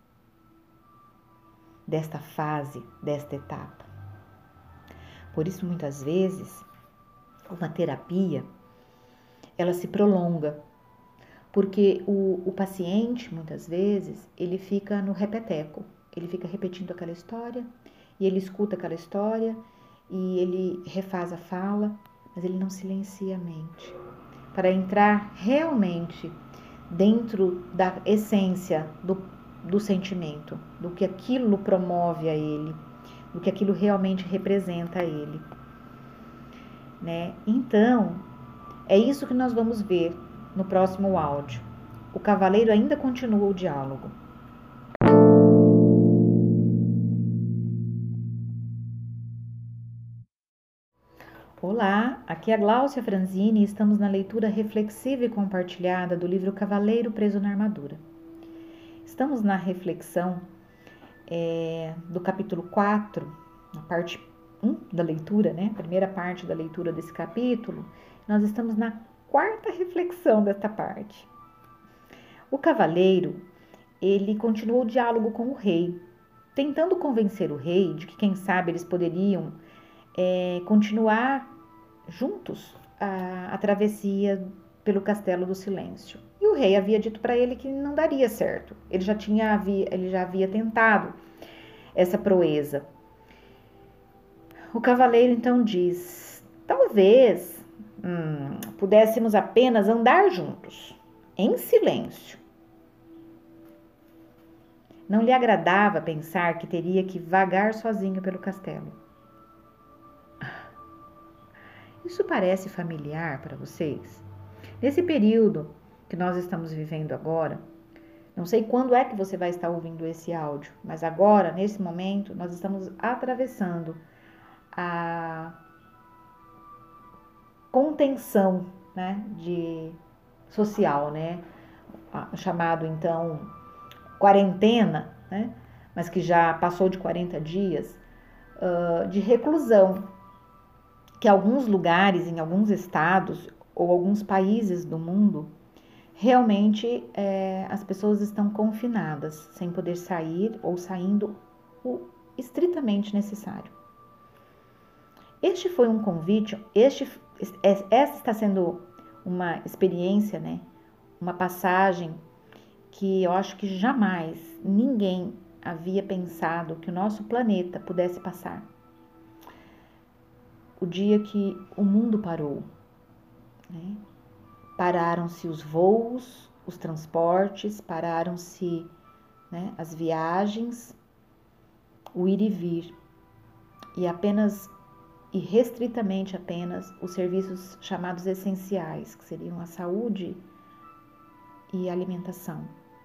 desta fase, desta etapa. Por isso, muitas vezes, uma terapia, ela se prolonga, porque o, o paciente, muitas vezes, ele fica no repeteco, ele fica repetindo aquela história, e ele escuta aquela história, e ele refaz a fala, mas ele não silencia a mente, para entrar realmente dentro da essência do, do sentimento, do que aquilo promove a ele, do que aquilo realmente representa a ele, né? Então, é isso que nós vamos ver no próximo áudio. O cavaleiro ainda continua o diálogo. Olá, aqui é a Gláucia Franzini e estamos na leitura reflexiva e compartilhada do livro Cavaleiro Preso na Armadura. Estamos na reflexão é, do capítulo quatro, na parte um da leitura, né? Primeira parte da leitura desse capítulo. Nós estamos na quarta reflexão desta parte. O cavaleiro, ele continuou o diálogo com o rei, tentando convencer o rei de que, quem sabe, eles poderiam É, continuar juntos a, a travessia pelo Castelo do Silêncio. E o rei havia dito para ele que não daria certo. Ele já tinha ele já havia tentado essa proeza. O cavaleiro então diz: talvez hum, pudéssemos apenas andar juntos, em silêncio. Não lhe agradava pensar que teria que vagar sozinho pelo castelo. Isso parece familiar para vocês? Nesse período que nós estamos vivendo agora, não sei quando é que você vai estar ouvindo esse áudio, mas agora, nesse momento, nós estamos atravessando a, contenção, né, de social, né, chamado então quarentena, né, mas que já passou de quarenta dias, uh, de reclusão, que alguns lugares, em alguns estados ou alguns países do mundo, realmente é, as pessoas estão confinadas, sem poder sair ou saindo o estritamente necessário. Este foi um convite, este, essa está sendo uma experiência, né? Uma passagem que eu acho que jamais ninguém havia pensado que o nosso planeta pudesse passar. O dia que o mundo parou, né? Pararam-se os voos, os transportes, pararam-se, né, as viagens, o ir e vir, e apenas e restritamente apenas os serviços chamados essenciais, que seriam a saúde e a alimentação.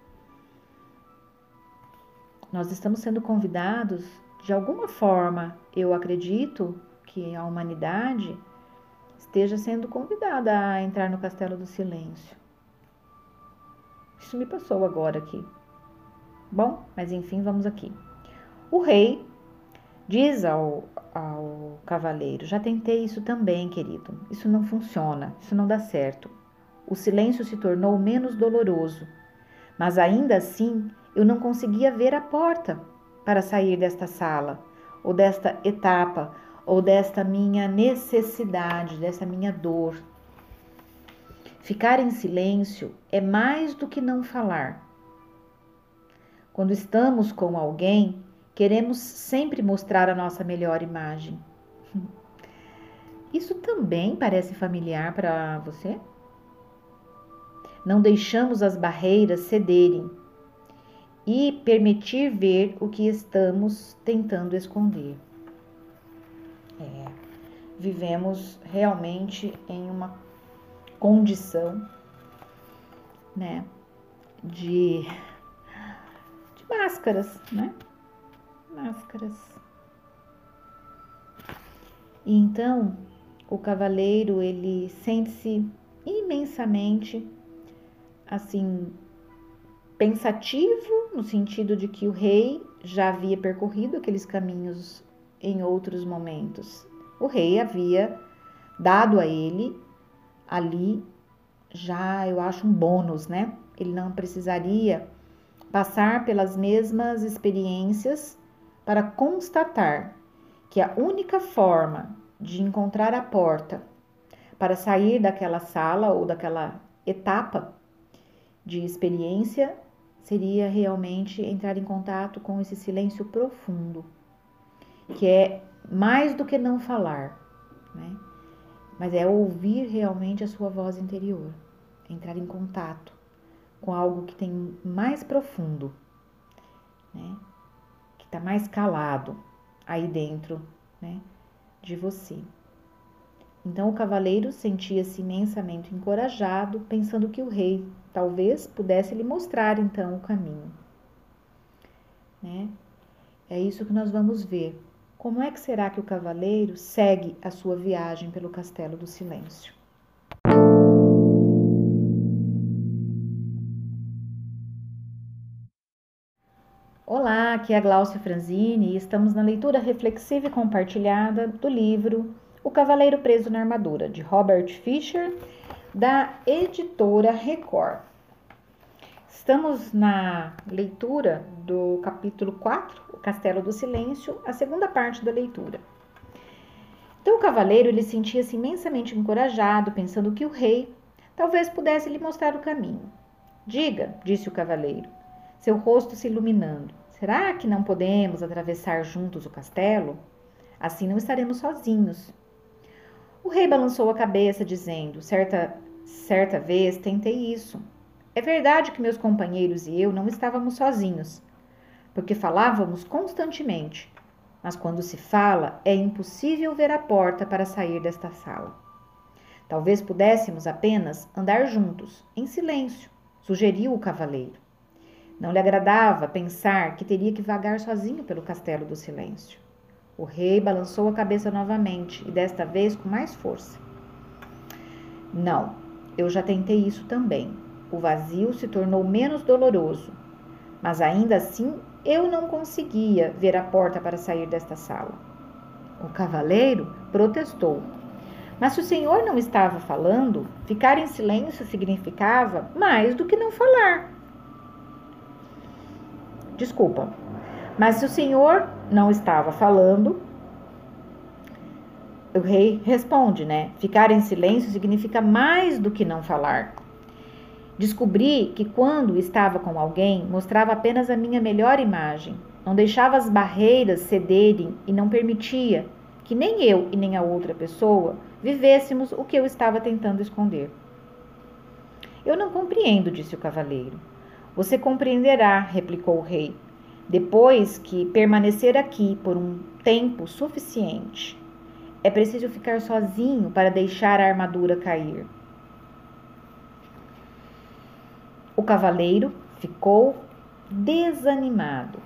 Nós estamos sendo convidados, de alguma forma, eu acredito que a humanidade esteja sendo convidada a entrar no Castelo do Silêncio. Isso me passou agora aqui. Bom, mas enfim, vamos aqui. O rei diz ao, ao cavaleiro: já tentei isso também, querido. Isso não funciona, isso não dá certo. O silêncio se tornou menos doloroso, mas ainda assim eu não conseguia ver a porta para sair desta sala, ou desta etapa, ou desta minha necessidade, desta minha dor. Ficar em silêncio é mais do que não falar. Quando estamos com alguém, queremos sempre mostrar a nossa melhor imagem. Isso também parece familiar para você? Não deixamos as barreiras cederem e permitir ver o que estamos tentando esconder. É, vivemos realmente em uma condição, né, de, de máscaras, né? Máscaras. E então, o cavaleiro, ele sente-se imensamente, assim, pensativo, no sentido de que o rei já havia percorrido aqueles caminhos em outros momentos. O rei havia dado a ele ali já, eu acho, um bônus, né? Ele não precisaria passar pelas mesmas experiências para constatar que a única forma de encontrar a porta para sair daquela sala ou daquela etapa de experiência seria realmente entrar em contato com esse silêncio profundo, que é mais do que não falar, né? Mas é ouvir realmente a sua voz interior, entrar em contato com algo que tem mais profundo, né? Que está mais calado aí dentro, né, de você. Então o cavaleiro sentia-se imensamente encorajado, pensando que o rei talvez pudesse lhe mostrar então o caminho, né? É isso que nós vamos ver. Como é que será que o cavaleiro segue a sua viagem pelo Castelo do Silêncio? Olá, aqui é a Gláucia Franzini e estamos na leitura reflexiva e compartilhada do livro O Cavaleiro Preso na Armadura, de Robert Fisher, da editora Record. Estamos na leitura do capítulo quatro, O Castelo do Silêncio, a segunda parte da leitura. Então o cavaleiro ele sentia-se imensamente encorajado, pensando que o rei talvez pudesse lhe mostrar o caminho. Diga, disse o cavaleiro, seu rosto se iluminando, será que não podemos atravessar juntos o castelo? Assim não estaremos sozinhos. O rei balançou a cabeça, dizendo, certa, certa vez tentei isso. É verdade que meus companheiros e eu não estávamos sozinhos, porque falávamos constantemente, mas quando se fala, é impossível ver a porta para sair desta sala. Talvez pudéssemos apenas andar juntos, em silêncio, sugeriu o cavaleiro. Não lhe agradava pensar que teria que vagar sozinho pelo Castelo do Silêncio. O rei balançou a cabeça novamente, e desta vez com mais força. Não, eu já tentei isso também. O vazio se tornou menos doloroso, mas ainda assim eu não conseguia ver a porta para sair desta sala. O cavaleiro protestou. Mas se o senhor não estava falando, ficar em silêncio significava mais do que não falar. Desculpa, mas se o senhor não estava falando, o rei responde, né? Ficar em silêncio significa mais do que não falar. Descobri que quando estava com alguém, mostrava apenas a minha melhor imagem, não deixava as barreiras cederem e não permitia que nem eu e nem a outra pessoa vivêssemos o que eu estava tentando esconder. Eu não compreendo, disse o cavaleiro. Você compreenderá, replicou o rei, depois que permanecer aqui por um tempo suficiente. É preciso ficar sozinho para deixar a armadura cair. O cavaleiro ficou desanimado.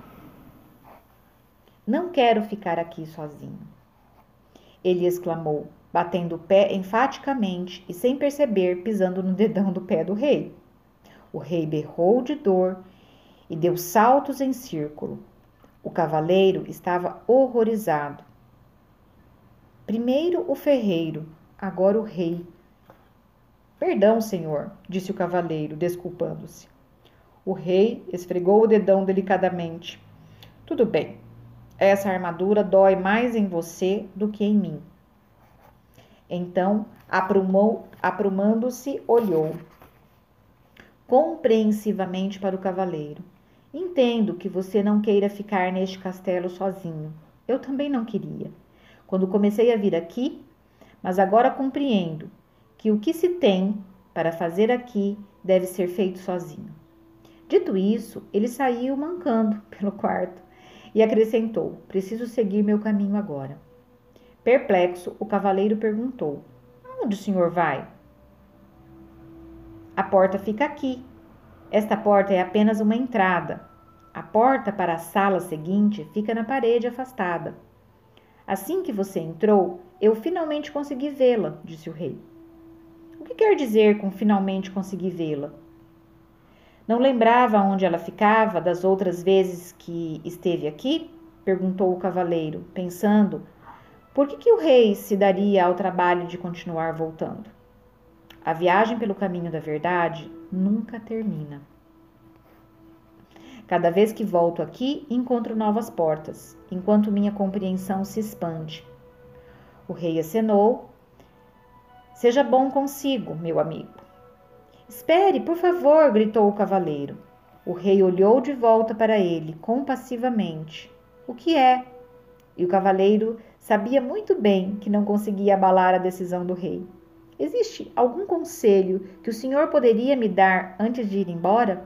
Não quero ficar aqui sozinho, ele exclamou, batendo o pé enfaticamente e sem perceber pisando no dedão do pé do rei. O rei berrou de dor e deu saltos em círculo. O cavaleiro estava horrorizado. Primeiro o ferreiro, agora o rei. Perdão, senhor, disse o cavaleiro, desculpando-se. O rei esfregou o dedão delicadamente. Tudo bem, essa armadura dói mais em você do que em mim. Então, aprumou, aprumando-se, olhou compreensivamente para o cavaleiro. Entendo que você não queira ficar neste castelo sozinho. Eu também não queria, quando comecei a vir aqui, mas agora compreendo que o que se tem para fazer aqui deve ser feito sozinho. Dito isso, ele saiu mancando pelo quarto e acrescentou: preciso seguir meu caminho agora. Perplexo, o cavaleiro perguntou: aonde o senhor vai? A porta fica aqui. Esta porta é apenas uma entrada. A porta para a sala seguinte fica na parede afastada. Assim que você entrou, eu finalmente consegui vê-la, disse o rei. O que quer dizer com finalmente consegui vê-la? Não lembrava onde ela ficava das outras vezes que esteve aqui? Perguntou o cavaleiro, pensando por que, que o rei se daria ao trabalho de continuar voltando. A viagem pelo caminho da verdade nunca termina. Cada vez que volto aqui, encontro novas portas, enquanto minha compreensão se expande. O rei acenou. Seja bom consigo, meu amigo. Espere, por favor, gritou o cavaleiro. O rei olhou de volta para ele, compassivamente. O que é? E o cavaleiro sabia muito bem que não conseguia abalar a decisão do rei. Existe algum conselho que o senhor poderia me dar antes de ir embora?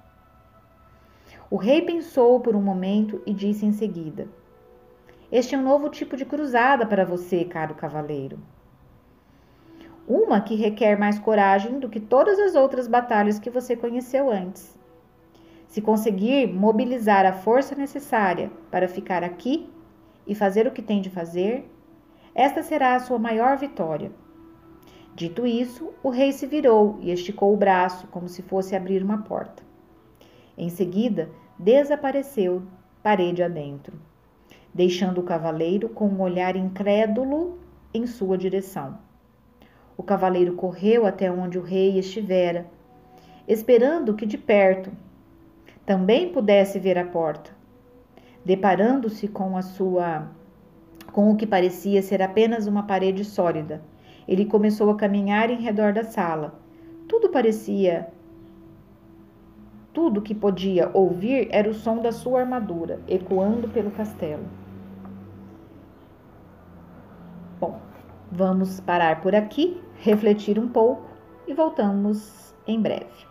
O rei pensou por um momento e disse em seguida: este é um novo tipo de cruzada para você, caro cavaleiro. Uma que requer mais coragem do que todas as outras batalhas que você conheceu antes. Se conseguir mobilizar a força necessária para ficar aqui e fazer o que tem de fazer, esta será a sua maior vitória. Dito isso, o rei se virou e esticou o braço como se fosse abrir uma porta. Em seguida, desapareceu parede adentro, deixando o cavaleiro com um olhar incrédulo em sua direção. O cavaleiro correu até onde o rei estivera, esperando que de perto também pudesse ver a porta. Deparando-se com a sua, com o que parecia ser apenas uma parede sólida, ele começou a caminhar em redor da sala. Tudo parecia, tudo que podia ouvir era o som da sua armadura, ecoando pelo castelo. Bom, vamos parar por aqui, refletir um pouco e voltamos em breve.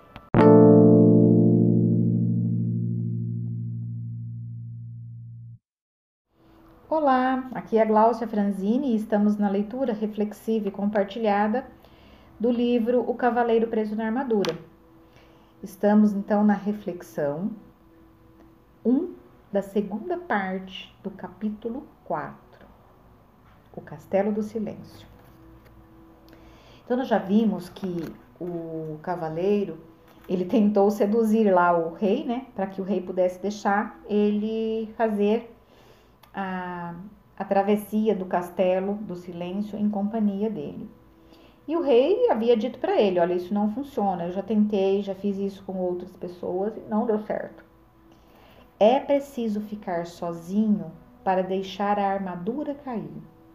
Olá, aqui é a Gláucia Franzini e estamos na leitura reflexiva e compartilhada do livro O Cavaleiro Preso na Armadura. Estamos então na reflexão um da segunda parte do capítulo quatro, O Castelo do Silêncio. Então, nós já vimos que o cavaleiro, ele tentou seduzir lá o rei, né? Para que o rei pudesse deixar ele fazer a, a travessia do castelo do silêncio em companhia dele. E o rei havia dito para ele, olha, isso não funciona, eu já tentei, já fiz isso com outras pessoas e não deu certo. É preciso ficar sozinho para deixar a armadura cair.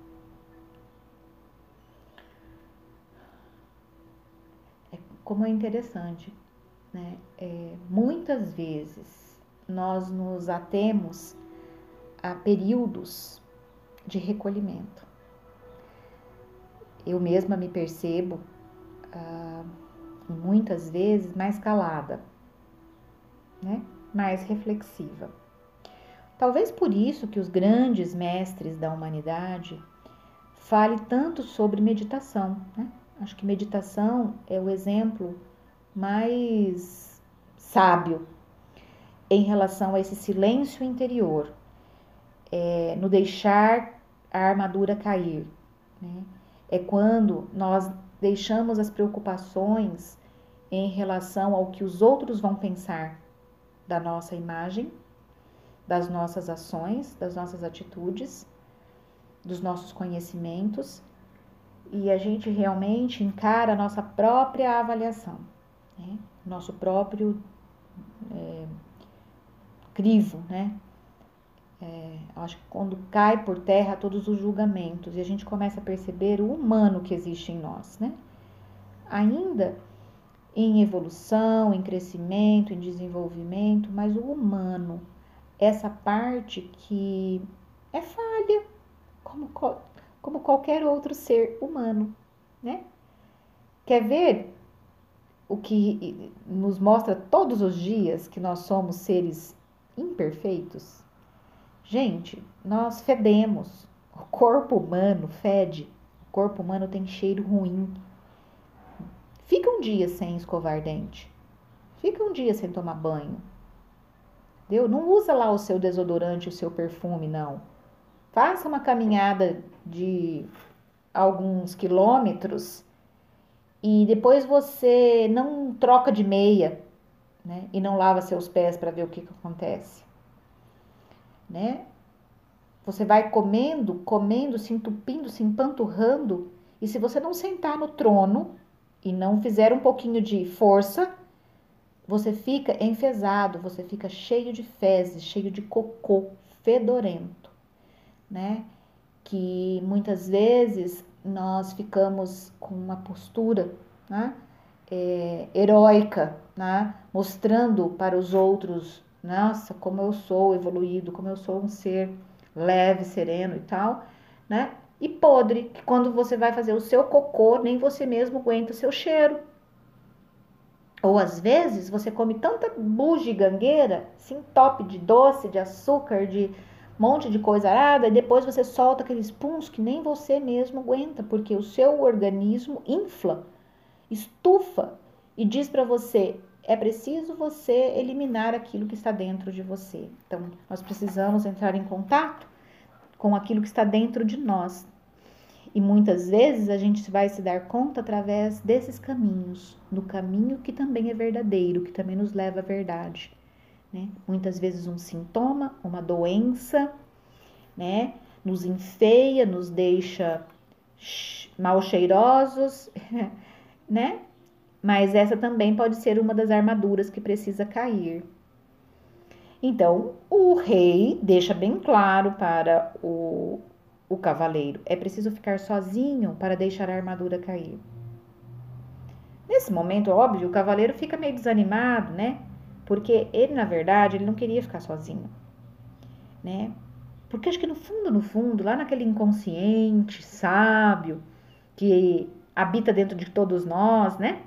É, como é interessante, né? É, muitas vezes nós nos atemos a períodos de recolhimento. Eu mesma me percebo ah, muitas vezes mais calada, né? Mais reflexiva. Talvez por isso que os grandes mestres da humanidade falem tanto sobre meditação, né? Acho que meditação é o exemplo mais sábio em relação a esse silêncio interior, é, no deixar a armadura cair, né? É quando nós deixamos as preocupações em relação ao que os outros vão pensar da nossa imagem, das nossas ações, das nossas atitudes, dos nossos conhecimentos, e a gente realmente encara a nossa própria avaliação, né? Nosso próprio é, crivo, né? É, acho que quando cai por terra todos os julgamentos e a gente começa a perceber o humano que existe em nós, né? Ainda em evolução, em crescimento, em desenvolvimento, mas o humano, essa parte que é falha, como, como qualquer outro ser humano, né? Quer ver o que nos mostra todos os dias que nós somos seres imperfeitos? Gente, nós fedemos, o corpo humano fede, o corpo humano tem cheiro ruim. Fica um dia sem escovar dente, fica um dia sem tomar banho, entendeu? Não usa lá o seu desodorante, o seu perfume, não. Faça uma caminhada de alguns quilômetros e depois você não troca de meia, né? E não lava seus pés para ver o que, que acontece. Né? Você vai comendo, comendo, se entupindo, se empanturrando, e se você não sentar no trono e não fizer um pouquinho de força, você fica enfesado, você fica cheio de fezes, cheio de cocô, fedorento, né? Que muitas vezes nós ficamos com uma postura, né? É, heróica, né? Mostrando para os outros, nossa, como eu sou evoluído, como eu sou um ser leve, sereno e tal, né? E podre, que quando você vai fazer o seu cocô, nem você mesmo aguenta o seu cheiro. Ou às vezes você come tanta bugigangueira, se entope de doce, de açúcar, de monte de coisa arada, e depois você solta aqueles puns que nem você mesmo aguenta, porque o seu organismo infla, estufa e diz para você, é preciso você eliminar aquilo que está dentro de você. Então, nós precisamos entrar em contato com aquilo que está dentro de nós. E muitas vezes a gente vai se dar conta através desses caminhos, no caminho que também é verdadeiro, que também nos leva à verdade, né? Muitas vezes um sintoma, uma doença, né? Nos enfeia, nos deixa mal cheirosos, né? Mas essa também pode ser uma das armaduras que precisa cair. Então, o rei deixa bem claro para o, o cavaleiro, é preciso ficar sozinho para deixar a armadura cair. Nesse momento, óbvio, o cavaleiro fica meio desanimado, né? Porque ele, na verdade, ele não queria ficar sozinho, né? Porque acho que no fundo, no fundo, lá naquele inconsciente sábio que habita dentro de todos nós, né?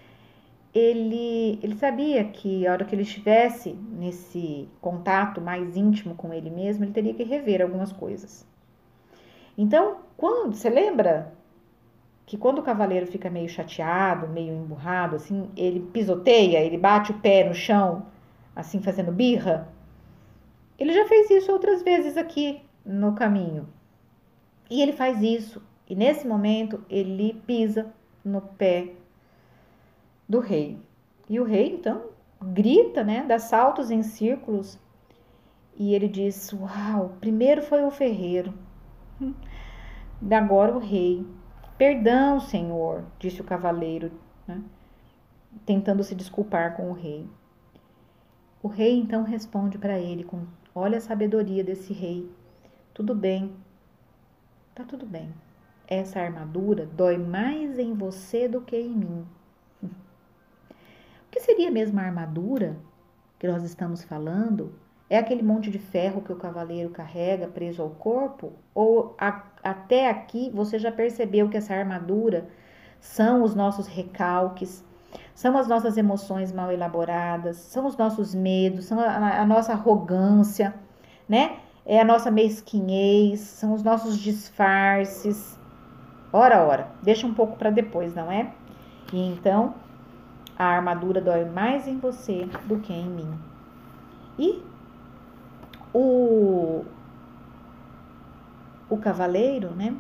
Ele, ele sabia que a hora que ele estivesse nesse contato mais íntimo com ele mesmo, ele teria que rever algumas coisas. Então, quando você lembra que quando o cavaleiro fica meio chateado, meio emburrado, assim, ele pisoteia, ele bate o pé no chão, assim, fazendo birra? Ele já fez isso outras vezes aqui no caminho. E ele faz isso, e nesse momento ele pisa no pé do rei. E o rei, então, grita, né, dá saltos em círculos, e ele diz: uau, primeiro foi o ferreiro, agora o rei. Perdão, senhor, disse o cavaleiro, né, tentando se desculpar com o rei. O rei então responde para ele com, olha a sabedoria desse rei. Tudo bem, tá tudo bem. Essa armadura dói mais em você do que em mim. O que seria mesmo a armadura que nós estamos falando? É aquele monte de ferro que o cavaleiro carrega preso ao corpo? Ou a, até aqui você já percebeu que essa armadura são os nossos recalques, são as nossas emoções mal elaboradas, são os nossos medos, são a, a nossa arrogância, né? É a nossa mesquinhez, são os nossos disfarces. Ora, ora, deixa um pouco para depois, não é? E então, a armadura dói mais em você do que em mim. E o, o cavaleiro, né?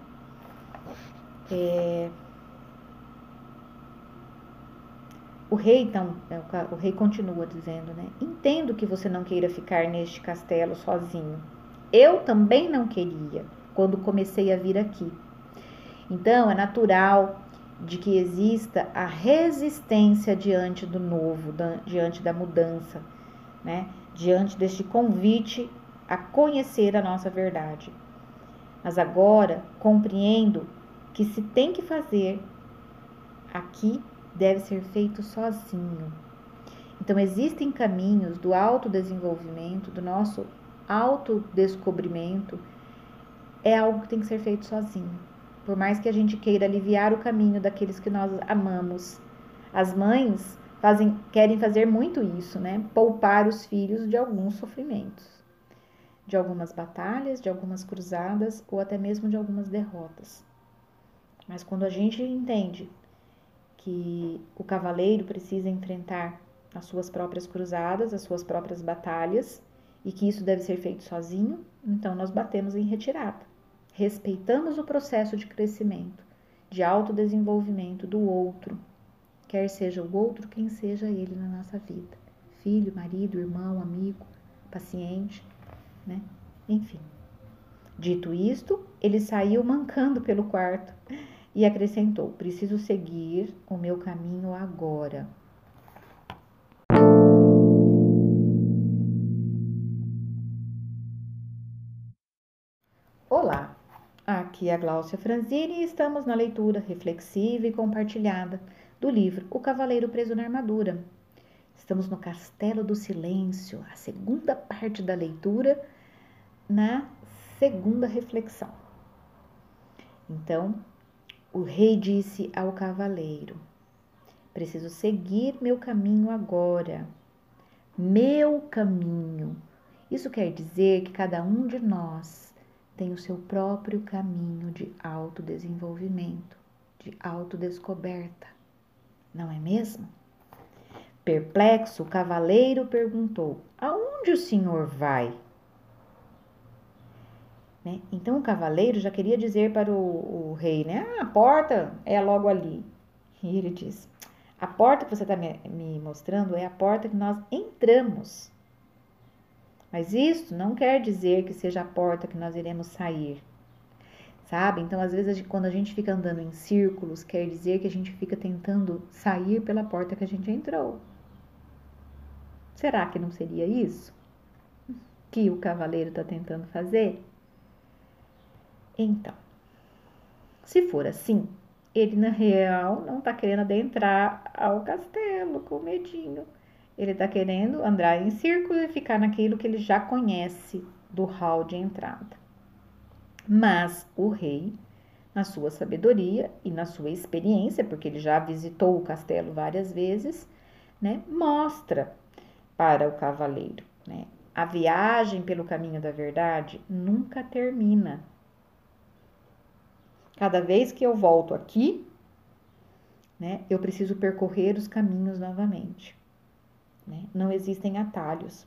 É, o rei, então, o rei continua dizendo, né? Entendo que você não queira ficar neste castelo sozinho. Eu também não queria quando comecei a vir aqui. Então, é natural de que exista a resistência diante do novo, diante da mudança, né? Diante deste convite a conhecer a nossa verdade. Mas agora compreendo que se tem que fazer aqui, deve ser feito sozinho. Então, existem caminhos do autodesenvolvimento, do nosso autodescobrimento, é algo que tem que ser feito sozinho. Por mais que a gente queira aliviar o caminho daqueles que nós amamos. As mães fazem, querem fazer muito isso, né? Poupar os filhos de alguns sofrimentos, de algumas batalhas, de algumas cruzadas ou até mesmo de algumas derrotas. Mas quando a gente entende que o cavaleiro precisa enfrentar as suas próprias cruzadas, as suas próprias batalhas, e que isso deve ser feito sozinho, então nós batemos em retirada. Respeitamos o processo de crescimento, de autodesenvolvimento do outro, quer seja o outro quem seja ele na nossa vida. Filho, marido, irmão, amigo, paciente, né? Enfim. Dito isto, ele saiu mancando pelo quarto e acrescentou: preciso seguir o meu caminho agora. Olá, aqui é a Gláucia Franzini e estamos na leitura reflexiva e compartilhada do livro O Cavaleiro Preso na Armadura. Estamos no Castelo do Silêncio, a segunda parte da leitura, na segunda reflexão. Então, o rei disse ao cavaleiro: preciso seguir meu caminho agora. Meu caminho. Isso quer dizer que cada um de nós tem o seu próprio caminho de autodesenvolvimento, de autodescoberta. Não é mesmo? Perplexo, o cavaleiro perguntou: aonde o senhor vai? Né? Então o cavaleiro já queria dizer para o, o rei, né? Ah, a porta é logo ali. E ele diz: a porta que você está me, me mostrando é a porta que nós entramos. Mas isso não quer dizer que seja a porta que nós iremos sair. Sabe? Então, às vezes, quando a gente fica andando em círculos, quer dizer que a gente fica tentando sair pela porta que a gente entrou. Será que não seria isso que o cavaleiro está tentando fazer? Então, se for assim, ele na real não está querendo adentrar ao castelo com medinho. Ele está querendo andar em círculo e ficar naquilo que ele já conhece do hall de entrada. Mas o rei, na sua sabedoria e na sua experiência, porque ele já visitou o castelo várias vezes, né, mostra para o cavaleiro, né, a viagem pelo caminho da verdade nunca termina. Cada vez que eu volto aqui, né, eu preciso percorrer os caminhos novamente. Né? Não existem atalhos.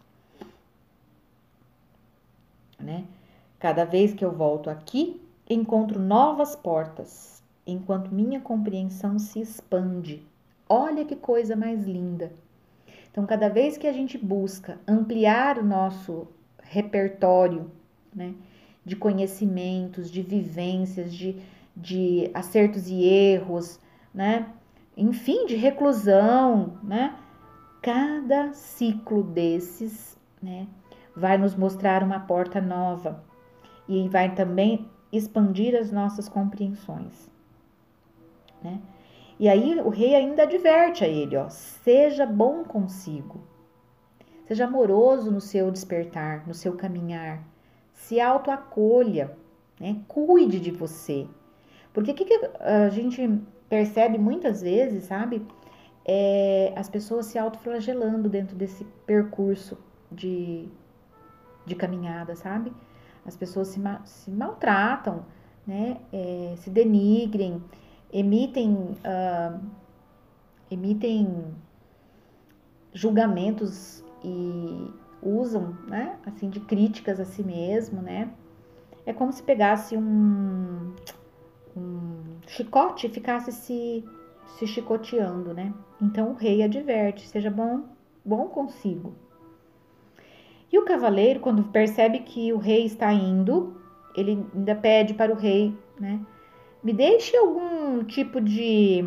Né? Cada vez que eu volto aqui, encontro novas portas enquanto minha compreensão se expande. Olha que coisa mais linda. Então, cada vez que a gente busca ampliar o nosso repertório, né, de conhecimentos, de vivências, de, de acertos e erros, né, enfim, de reclusão, né, cada ciclo desses, né, vai nos mostrar uma porta nova e vai também expandir as nossas compreensões, né? E aí o rei ainda adverte a ele, ó, seja bom consigo, seja amoroso no seu despertar, no seu caminhar, se autoacolha, né? Cuide de você. Porque o que, que a gente percebe muitas vezes, sabe? É as pessoas se autoflagelando dentro desse percurso de, de caminhada, sabe? As pessoas se, se maltratam, né? É, se denigrem, emitem, uh, emitem julgamentos e usam, né? Assim, de críticas a si mesmo, né? É como se pegasse um, um chicote e ficasse se, se chicoteando, né? Então o rei adverte, seja bom, bom consigo. E o cavaleiro, quando percebe que o rei está indo, ele ainda pede para o rei, né? Me deixe algum tipo de,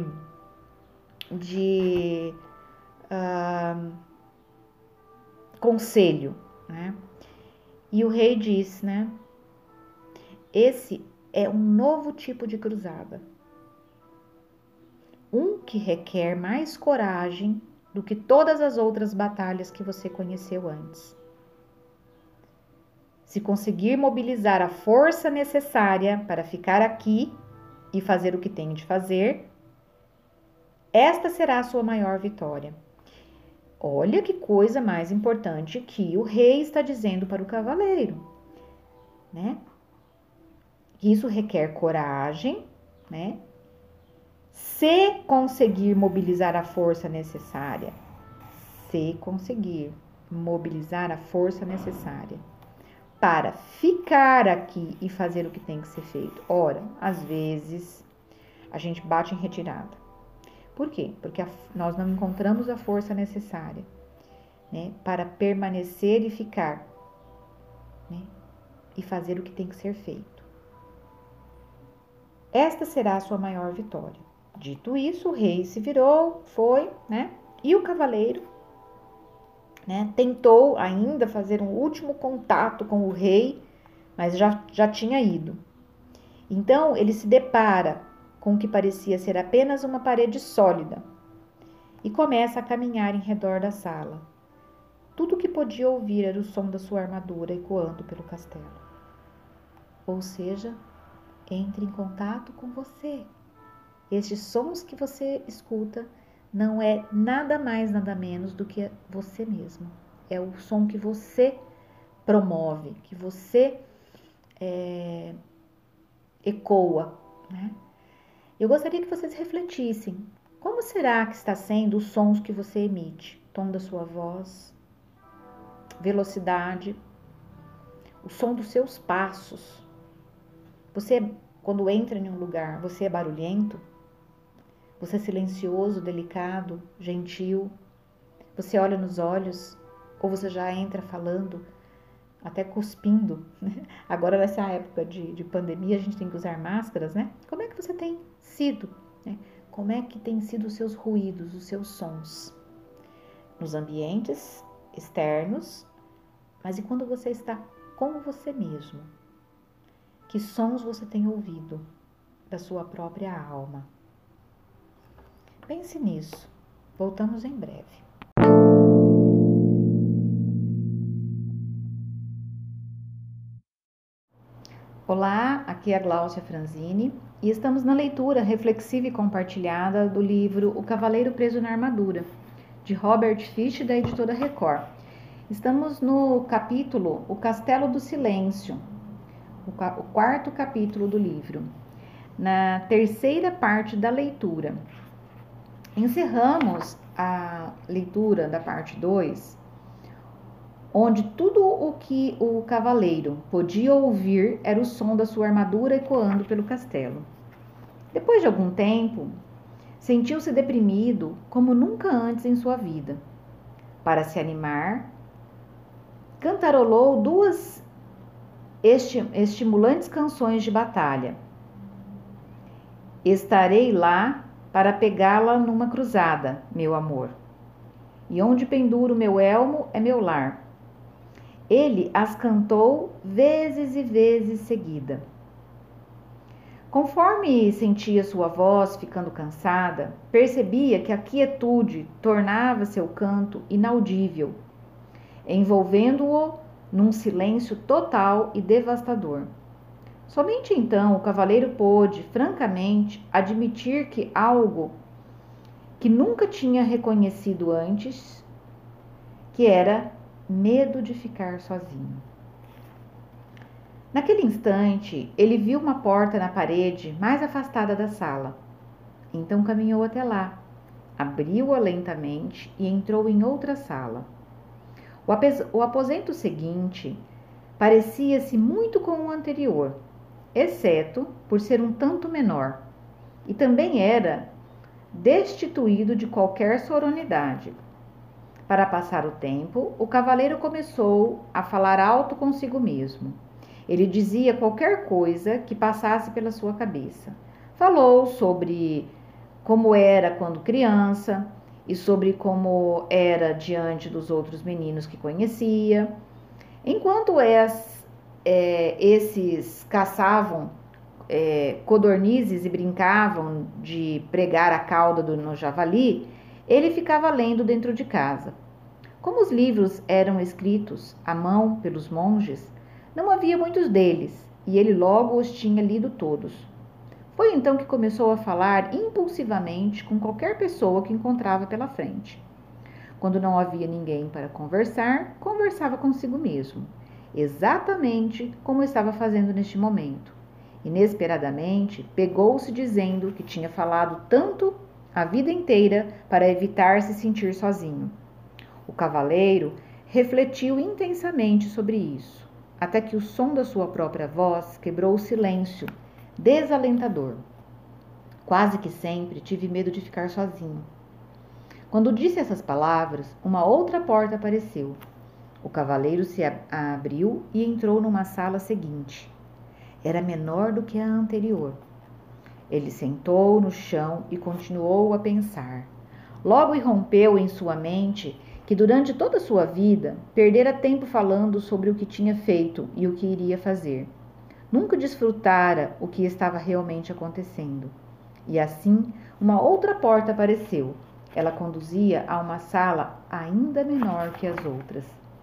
de uh, conselho, né? E o rei diz, né? Esse é um novo tipo de cruzada. Um que requer mais coragem do que todas as outras batalhas que você conheceu antes. Se conseguir mobilizar a força necessária para ficar aqui e fazer o que tem de fazer, esta será a sua maior vitória. Olha que coisa mais importante que o rei está dizendo para o cavaleiro, né? Isso requer coragem, né? Se conseguir mobilizar a força necessária, se conseguir mobilizar a força necessária para ficar aqui e fazer o que tem que ser feito. Ora, às vezes a gente bate em retirada. Por quê? Porque a, nós não encontramos a força necessária, né, para permanecer e ficar, né, e fazer o que tem que ser feito. Esta será a sua maior vitória. Dito isso, o rei se virou, foi, né, e o cavaleiro, né, tentou ainda fazer um último contato com o rei, mas já, já tinha ido. Então, ele se depara com o que parecia ser apenas uma parede sólida e começa a caminhar em redor da sala. Tudo o que podia ouvir era o som da sua armadura ecoando pelo castelo. Ou seja, entre em contato com você. Estes sons que você escuta não é nada mais, nada menos do que você mesmo. É o som que você promove, que você é, ecoa, né? Eu gostaria que vocês refletissem. Como será que está sendo os sons que você emite? Tom da sua voz, velocidade, o som dos seus passos. Você, quando entra em um lugar, você é barulhento? Você é silencioso, delicado, gentil? Você olha nos olhos? Ou você já entra falando, até cuspindo? Agora, nessa época de, de pandemia, a gente tem que usar máscaras, né? Como é que você tem sido? Né? Como é que tem sido os seus ruídos, os seus sons? Nos ambientes externos, mas e quando você está com você mesmo? Que sons você tem ouvido da sua própria alma? Pense nisso. Voltamos em breve. Olá, aqui é a Gláucia Franzini e estamos na leitura reflexiva e compartilhada do livro O Cavaleiro Preso na Armadura, de Robert Fish, da editora Record. Estamos no capítulo O Castelo do Silêncio, o quarto capítulo do livro, na terceira parte da leitura. Encerramos a leitura da parte dois, onde tudo o que o cavaleiro podia ouvir era o som da sua armadura ecoando pelo castelo. Depois de algum tempo, sentiu-se deprimido como nunca antes em sua vida. Para se animar, cantarolou duas estimulantes canções de batalha. Estarei lá para pegá-la numa cruzada, meu amor. E onde penduro meu elmo é meu lar. Ele as cantou vezes e vezes seguida. Conforme sentia sua voz ficando cansada, percebia que a quietude tornava seu canto inaudível, envolvendo-o num silêncio total e devastador. Somente então o cavaleiro pôde, francamente, admitir que algo que nunca tinha reconhecido antes, que era medo de ficar sozinho. Naquele instante, ele viu uma porta na parede mais afastada da sala. Então caminhou até lá, abriu-a lentamente e entrou em outra sala. O aposento seguinte parecia-se muito com o anterior, exceto por ser um tanto menor, e também era destituído de qualquer sonoridade. Para passar o tempo, o cavaleiro começou a falar alto consigo mesmo. Ele dizia qualquer coisa que passasse pela sua cabeça. Falou sobre como era quando criança e sobre como era diante dos outros meninos que conhecia. Enquanto es, é, esses caçavam é, codornizes e brincavam de pregar a cauda do, no javali, ele ficava lendo dentro de casa. Como os livros eram escritos à mão pelos monges, não havia muitos deles, e ele logo os tinha lido todos. Foi então que começou a falar impulsivamente com qualquer pessoa que encontrava pela frente. Quando não havia ninguém para conversar, conversava consigo mesmo, exatamente como estava fazendo neste momento. Inesperadamente, pegou-se dizendo que tinha falado tanto a vida inteira para evitar se sentir sozinho. O cavaleiro refletiu intensamente sobre isso, até que o som da sua própria voz quebrou o silêncio desalentador. Quase que sempre tive medo de ficar sozinho. Quando disse essas palavras, uma outra porta apareceu. O cavaleiro se abriu e entrou numa sala seguinte. Era menor do que a anterior. Ele sentou no chão e continuou a pensar. Logo irrompeu em sua mente que durante toda a sua vida perdera tempo falando sobre o que tinha feito e o que iria fazer. Nunca desfrutara o que estava realmente acontecendo. E assim, uma outra porta apareceu. Ela conduzia a uma sala ainda menor que as outras.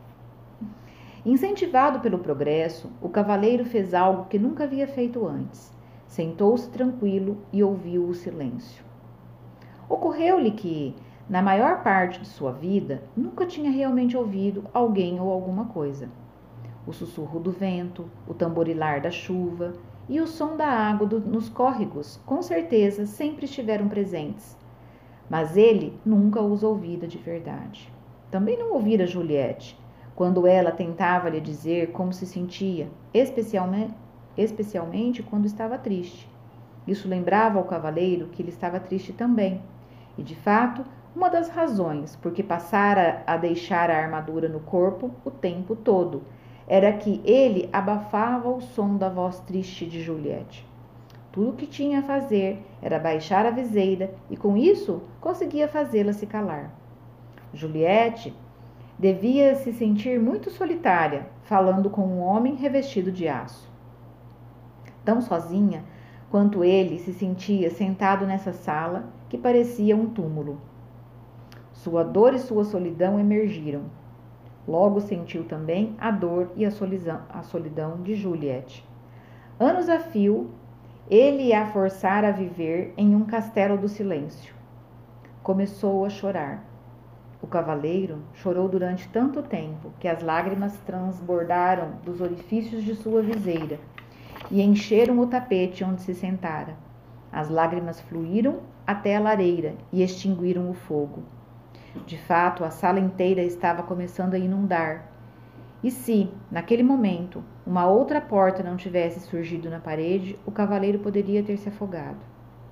Incentivado pelo progresso, o cavaleiro fez algo que nunca havia feito antes. Sentou-se tranquilo e ouviu o silêncio. Ocorreu-lhe que, na maior parte de sua vida, nunca tinha realmente ouvido alguém ou alguma coisa. O sussurro do vento, o tamborilar da chuva e o som da água do, nos córregos, com certeza, sempre estiveram presentes. Mas ele nunca os ouvira de verdade. Também não ouvira Juliette, quando ela tentava lhe dizer como se sentia, especialmente, especialmente quando estava triste. Isso lembrava ao cavaleiro que ele estava triste também. E, de fato, uma das razões por que passara a deixar a armadura no corpo o tempo todo era que ele abafava o som da voz triste de Juliette. Tudo o que tinha a fazer era baixar a viseira e, com isso, conseguia fazê-la se calar. Juliette devia se sentir muito solitária, falando com um homem revestido de aço. Tão sozinha quanto ele se sentia sentado nessa sala que parecia um túmulo. Sua dor e sua solidão emergiram. Logo sentiu também a dor e a solidão, a solidão de Juliette. Anos a fio, ele a forçara a viver em um castelo do silêncio. Começou a chorar. O cavaleiro chorou durante tanto tempo que as lágrimas transbordaram dos orifícios de sua viseira e encheram o tapete onde se sentara. As lágrimas fluíram até a lareira e extinguiram o fogo. De fato, a sala inteira estava começando a inundar. E se, naquele momento, uma outra porta não tivesse surgido na parede, o cavaleiro poderia ter se afogado.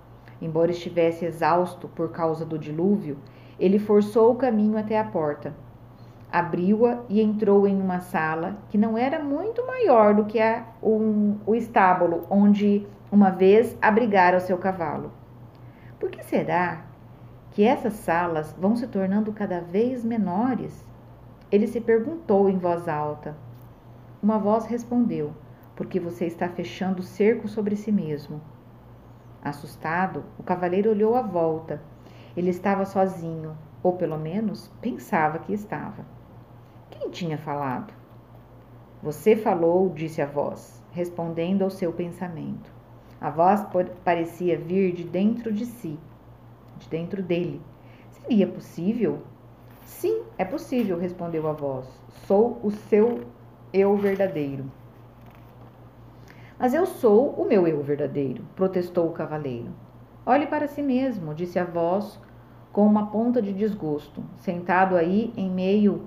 Embora estivesse exausto por causa do dilúvio, ele forçou o caminho até a porta. Abriu-a e entrou em uma sala que não era muito maior do que a, um, o estábulo onde uma vez abrigara o seu cavalo. Por que será que essas salas vão se tornando cada vez menores? Ele se perguntou em voz alta. Uma voz respondeu: porque você está fechando o cerco sobre si mesmo. Assustado, o cavaleiro olhou à volta. Ele estava sozinho, ou pelo menos pensava que estava. Quem tinha falado? Você falou, disse a voz, respondendo ao seu pensamento. A voz parecia vir de dentro de si, de dentro dele. Seria possível? Sim, é possível, respondeu a voz. Sou o seu eu verdadeiro. Mas eu sou o meu eu verdadeiro, protestou o cavaleiro. Olhe para si mesmo, disse a voz com uma ponta de desgosto, sentado aí em meio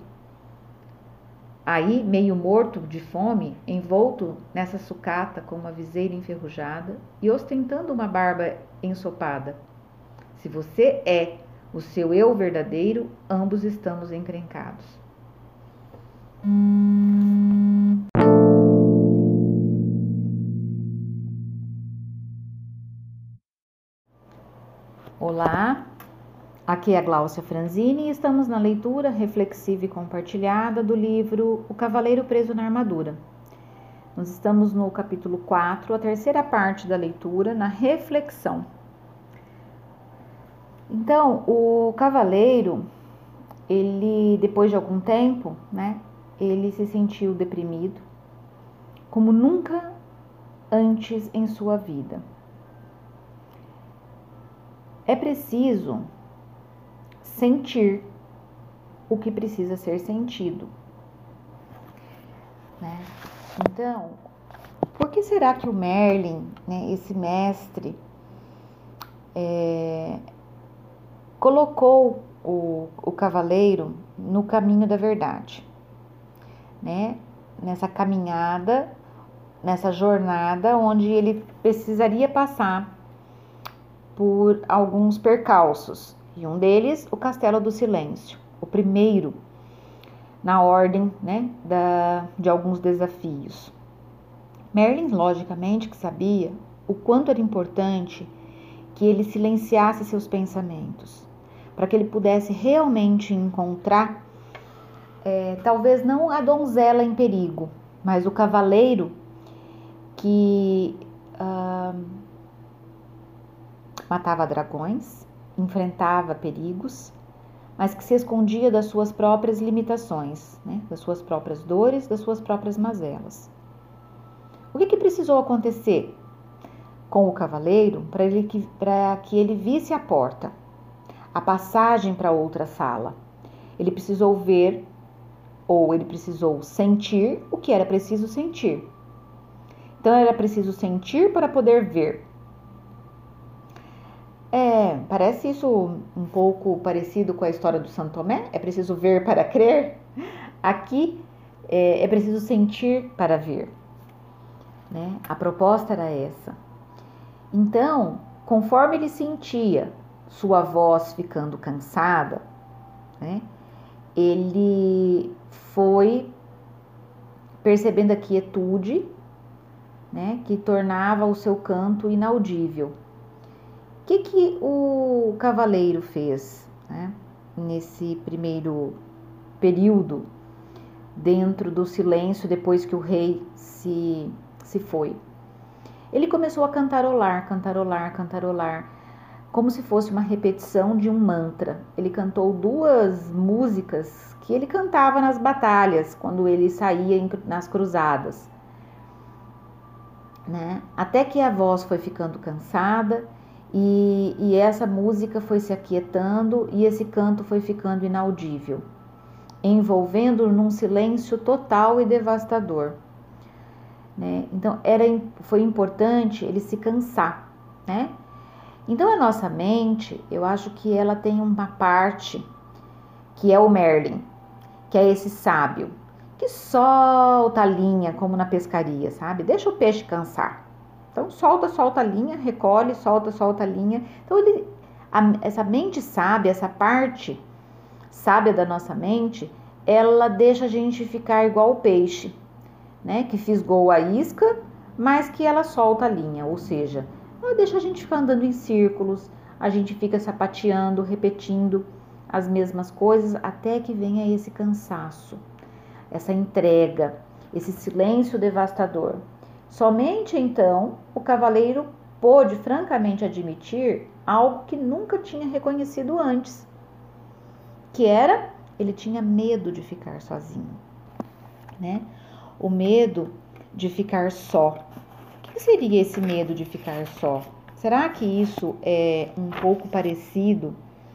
aí meio morto de fome, envolto nessa sucata com uma viseira enferrujada e ostentando uma barba ensopada. Se você é o seu eu verdadeiro, ambos estamos encrencados. Hum... Olá, aqui é a Gláucia Franzini e estamos na leitura reflexiva e compartilhada do livro O Cavaleiro Preso na Armadura. Nós estamos no capítulo quatro, a terceira parte da leitura, na reflexão. Então, o cavaleiro, ele, depois de algum tempo, né, ele se sentiu deprimido, como nunca antes em sua vida. É preciso sentir o que precisa ser sentido, né? Então, por que será que o Merlin, né, esse mestre, é, colocou o, o cavaleiro no caminho da verdade, né? Nessa caminhada, nessa jornada onde ele precisaria passar por alguns percalços, e um deles o Castelo do Silêncio, o primeiro na ordem, né, da, de alguns desafios. Merlin, logicamente, que sabia o quanto era importante que ele silenciasse seus pensamentos, para que ele pudesse realmente encontrar, é, talvez não a donzela em perigo, mas o cavaleiro que uh, matava dragões, enfrentava perigos, mas que se escondia das suas próprias limitações, né? Das suas próprias dores, das suas próprias mazelas. O que, que precisou acontecer com o cavaleiro para ele que, para que ele visse a porta, a passagem para outra sala? Ele precisou ver, ou ele precisou sentir o que era preciso sentir. Então era preciso sentir para poder ver. É, parece isso um pouco parecido com a história do Santo Tomé? É preciso ver para crer? Aqui é, é preciso sentir para ver, né? A proposta era essa. Então, conforme ele sentia sua voz ficando cansada, né, ele foi percebendo a quietude, né, que tornava o seu canto inaudível. O que, que o cavaleiro fez, né, nesse primeiro período, dentro do silêncio, depois que o rei se, se foi? Ele começou a cantarolar, cantarolar, cantarolar, como se fosse uma repetição de um mantra. Ele cantou duas músicas que ele cantava nas batalhas, quando ele saía em, nas cruzadas, né? Até que a voz foi ficando cansada, E, e essa música foi se aquietando e esse canto foi ficando inaudível, envolvendo num silêncio total e devastador, né? Então era, foi importante ele se cansar, né? Então a nossa mente, eu acho que ela tem uma parte que é o Merlin, que é esse sábio, que solta a linha como na pescaria, sabe? Deixa o peixe cansar. Então, solta, solta a linha, recolhe, solta, solta a linha. Então, ele, a, essa mente sábia, essa parte sábia da nossa mente, ela deixa a gente ficar igual o peixe, né? Que fisgou a isca, mas que ela solta a linha. Ou seja, ela deixa a gente ficar andando em círculos, a gente fica sapateando, repetindo as mesmas coisas, até que venha esse cansaço, essa entrega, esse silêncio devastador. Somente então o cavaleiro pôde francamente admitir algo que nunca tinha reconhecido antes, que era, ele tinha medo de ficar sozinho, né? O medo de ficar só. O que seria esse medo de ficar só? Será que isso é um pouco parecido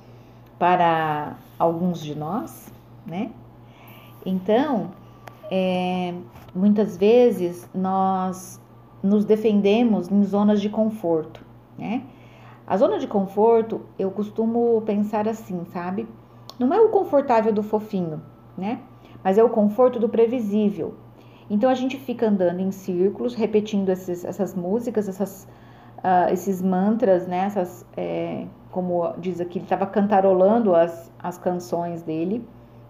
para alguns de nós, né? Então, é, muitas vezes nós nos defendemos em zonas de conforto, né? A zona de conforto, eu costumo pensar assim, sabe? Não é o confortável do fofinho, né? Mas é o conforto do previsível. Então, a gente fica andando em círculos, repetindo esses, essas músicas, essas, uh, esses mantras, né? Essas, é, como diz aqui, ele estava cantarolando as, as canções dele.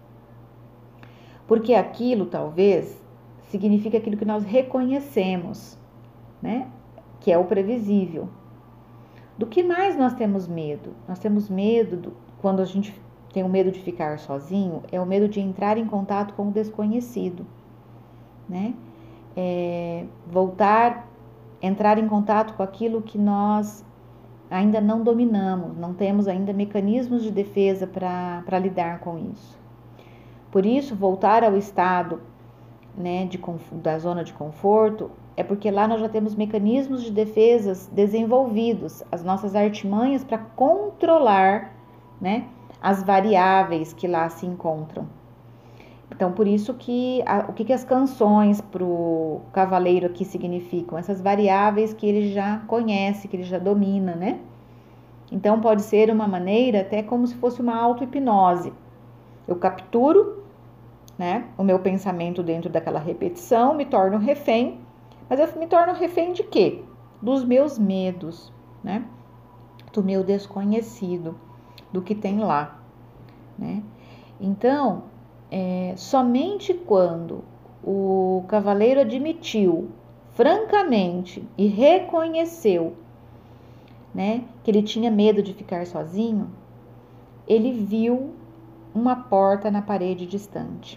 Porque aquilo, talvez, significa aquilo que nós reconhecemos, né? Que é o previsível. Do que mais nós temos medo? Nós temos medo, do, quando a gente tem o medo de ficar sozinho, é o medo de entrar em contato com o desconhecido, né? É, voltar, entrar em contato com aquilo que nós ainda não dominamos, não temos ainda mecanismos de defesa para lidar com isso. Por isso, voltar ao estado, né, de, da zona de conforto é porque lá nós já temos mecanismos de defesas desenvolvidos, as nossas artimanhas para controlar, né, as variáveis que lá se encontram. Então, por isso que a, o que, que as canções para o cavaleiro aqui significam? Essas variáveis que ele já conhece, que ele já domina, né? Então, pode ser uma maneira até como se fosse uma auto-hipnose. Eu capturo, né, o meu pensamento dentro daquela repetição, me torno refém, mas eu me torno refém de quê? Dos meus medos, né? Do meu desconhecido, do que tem lá, né? Então, é, somente quando o cavaleiro admitiu francamente e reconheceu, né, que ele tinha medo de ficar sozinho, ele viu uma porta na parede distante,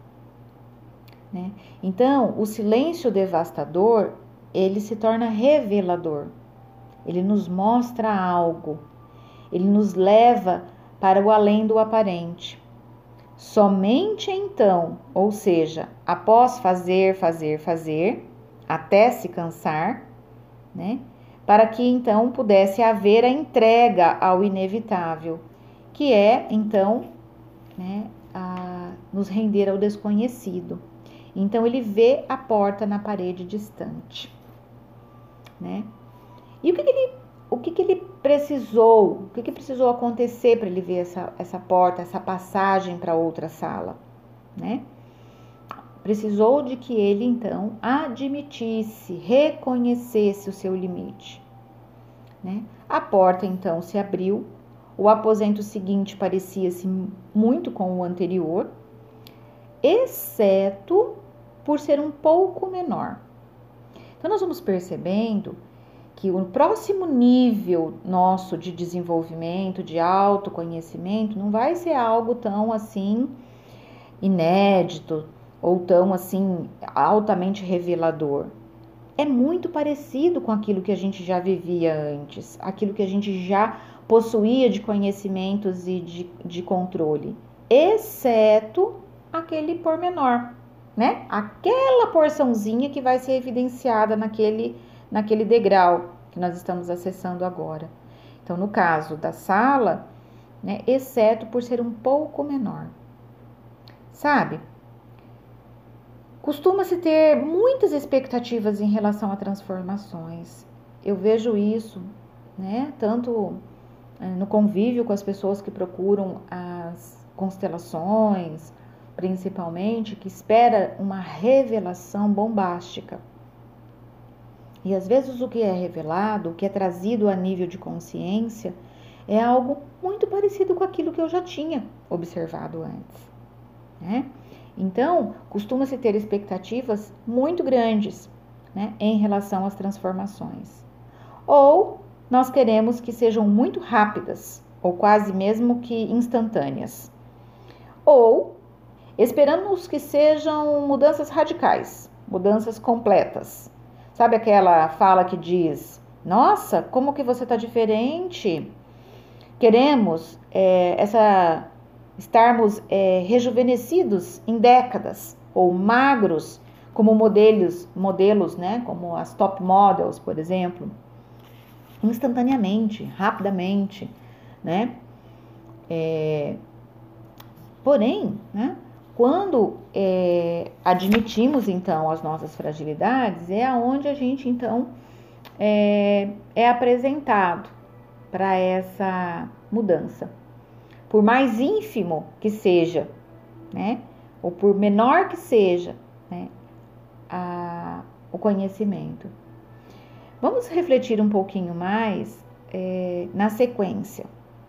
né? Então, o silêncio devastador, ele se torna revelador. Ele nos mostra algo. Ele nos leva para o além do aparente. Somente então, ou seja, após fazer, fazer, fazer, até se cansar, né? Para que então pudesse haver a entrega ao inevitável, que é então, né, a nos render ao desconhecido. Então ele vê a porta na parede distante, né? E o que, que ele, o que, que ele precisou, o que, que precisou acontecer para ele ver essa, essa porta, essa passagem para outra sala, né? Precisou de que ele então admitisse, reconhecesse o seu limite, né? A porta então se abriu, o aposento seguinte parecia-se muito com o anterior, exceto por ser um pouco menor. Então, nós vamos percebendo que o próximo nível nosso de desenvolvimento, de autoconhecimento, não vai ser algo tão assim inédito ou tão assim altamente revelador. É muito parecido com aquilo que a gente já vivia antes, aquilo que a gente já possuía de conhecimentos e de, de controle, exceto aquele pormenor, né? Aquela porçãozinha que vai ser evidenciada naquele, naquele degrau que nós estamos acessando agora. Então, no caso da sala, né, exceto por ser um pouco menor. Sabe? Costuma-se ter muitas expectativas em relação a transformações. Eu vejo isso, né, tanto no convívio com as pessoas que procuram as constelações, principalmente, que espera uma revelação bombástica. E às vezes o que é revelado, o que é trazido a nível de consciência, é algo muito parecido com aquilo que eu já tinha observado antes, né? Então, costuma-se ter expectativas muito grandes, né, em relação às transformações. Ou nós queremos que sejam muito rápidas, ou quase mesmo que instantâneas. Ou esperamos que sejam mudanças radicais, mudanças completas. Sabe aquela fala que diz: nossa, como que você está diferente? Queremos é, essa, estarmos é, rejuvenescidos em décadas, ou magros, como modelos, modelos, né, como as top models, por exemplo, instantaneamente, rapidamente, né? É, porém, né, quando é, admitimos então as nossas fragilidades, é aonde a gente então é, é apresentado para essa mudança. Por mais ínfimo que seja, né, ou por menor que seja, né, a, o conhecimento. Vamos refletir um pouquinho mais é, na sequência.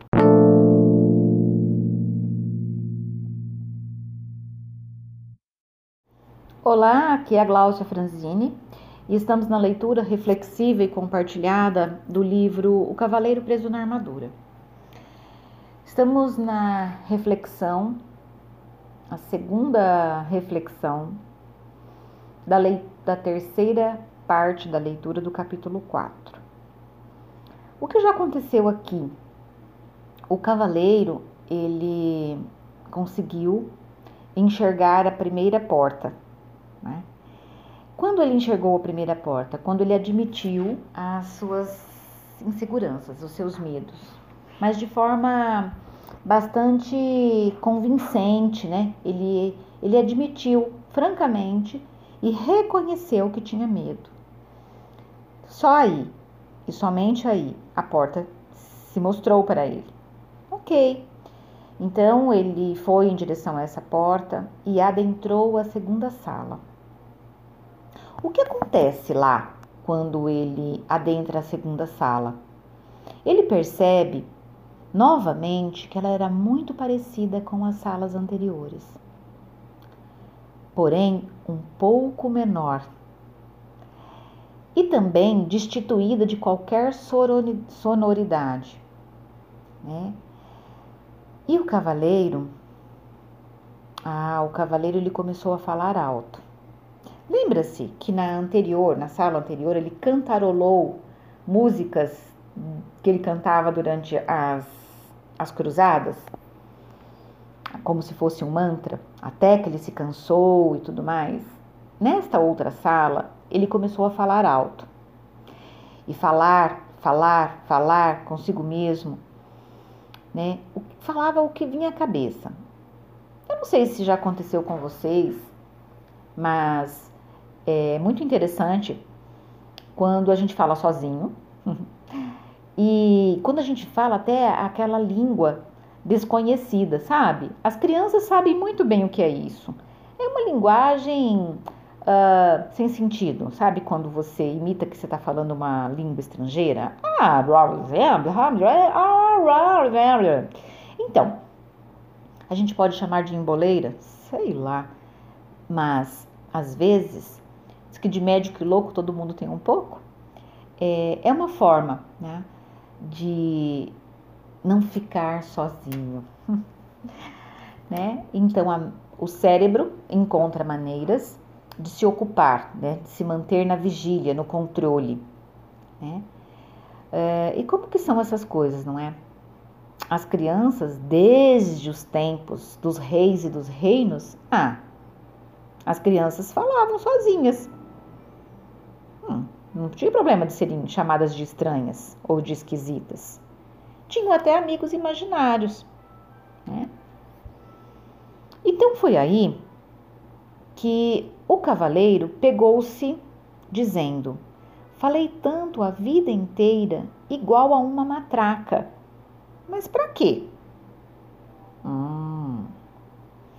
Olá, aqui é a Gláucia Franzini e estamos na leitura reflexiva e compartilhada do livro O Cavaleiro Preso na Armadura. Estamos na reflexão, a segunda reflexão da, lei, da terceira parte da leitura do capítulo quatro. O que já aconteceu aqui? O cavaleiro, ele conseguiu enxergar a primeira porta, né? Quando ele enxergou a primeira porta? Quando ele admitiu as suas inseguranças, os seus medos, mas de forma bastante convincente, né? Ele, ele admitiu francamente e reconheceu que tinha medo. Só aí, e somente aí, a porta se mostrou para ele. Ok. Então ele foi em direção a essa porta e adentrou a segunda sala. O que acontece lá quando ele adentra a segunda sala? Ele percebe novamente que ela era muito parecida com as salas anteriores, porém um pouco menor e também destituída de qualquer sonoridade, né? E o cavaleiro, ah, o cavaleiro ele começou a falar alto. Lembra-se que na anterior, na sala anterior, ele cantarolou músicas que ele cantava durante as, as cruzadas, como se fosse um mantra, até que ele se cansou e tudo mais. Nesta outra sala, ele começou a falar alto. E falar, falar, falar consigo mesmo, né? Falava o que vinha à cabeça. Eu não sei se já aconteceu com vocês, mas é muito interessante quando a gente fala sozinho e quando a gente fala até aquela língua desconhecida, sabe? As crianças sabem muito bem o que é isso. É uma linguagem uh, sem sentido, sabe? Quando você imita que você está falando uma língua estrangeira. Então, a gente pode chamar de emboleira, sei lá, mas às vezes diz que de médico e louco todo mundo tem um pouco. É, é uma forma, né, de não ficar sozinho, né? Então a, o cérebro encontra maneiras de se ocupar, né, de se manter na vigília, no controle, né? É, e como que são essas coisas, não é? As crianças, desde os tempos dos reis e dos reinos, ah, as crianças falavam sozinhas. Hum, não tinha problema de serem chamadas de estranhas ou de esquisitas. Tinham até amigos imaginários, né? Então foi aí que o cavaleiro pegou-se dizendo: falei tanto a vida inteira igual a uma matraca. Mas para quê? Hum,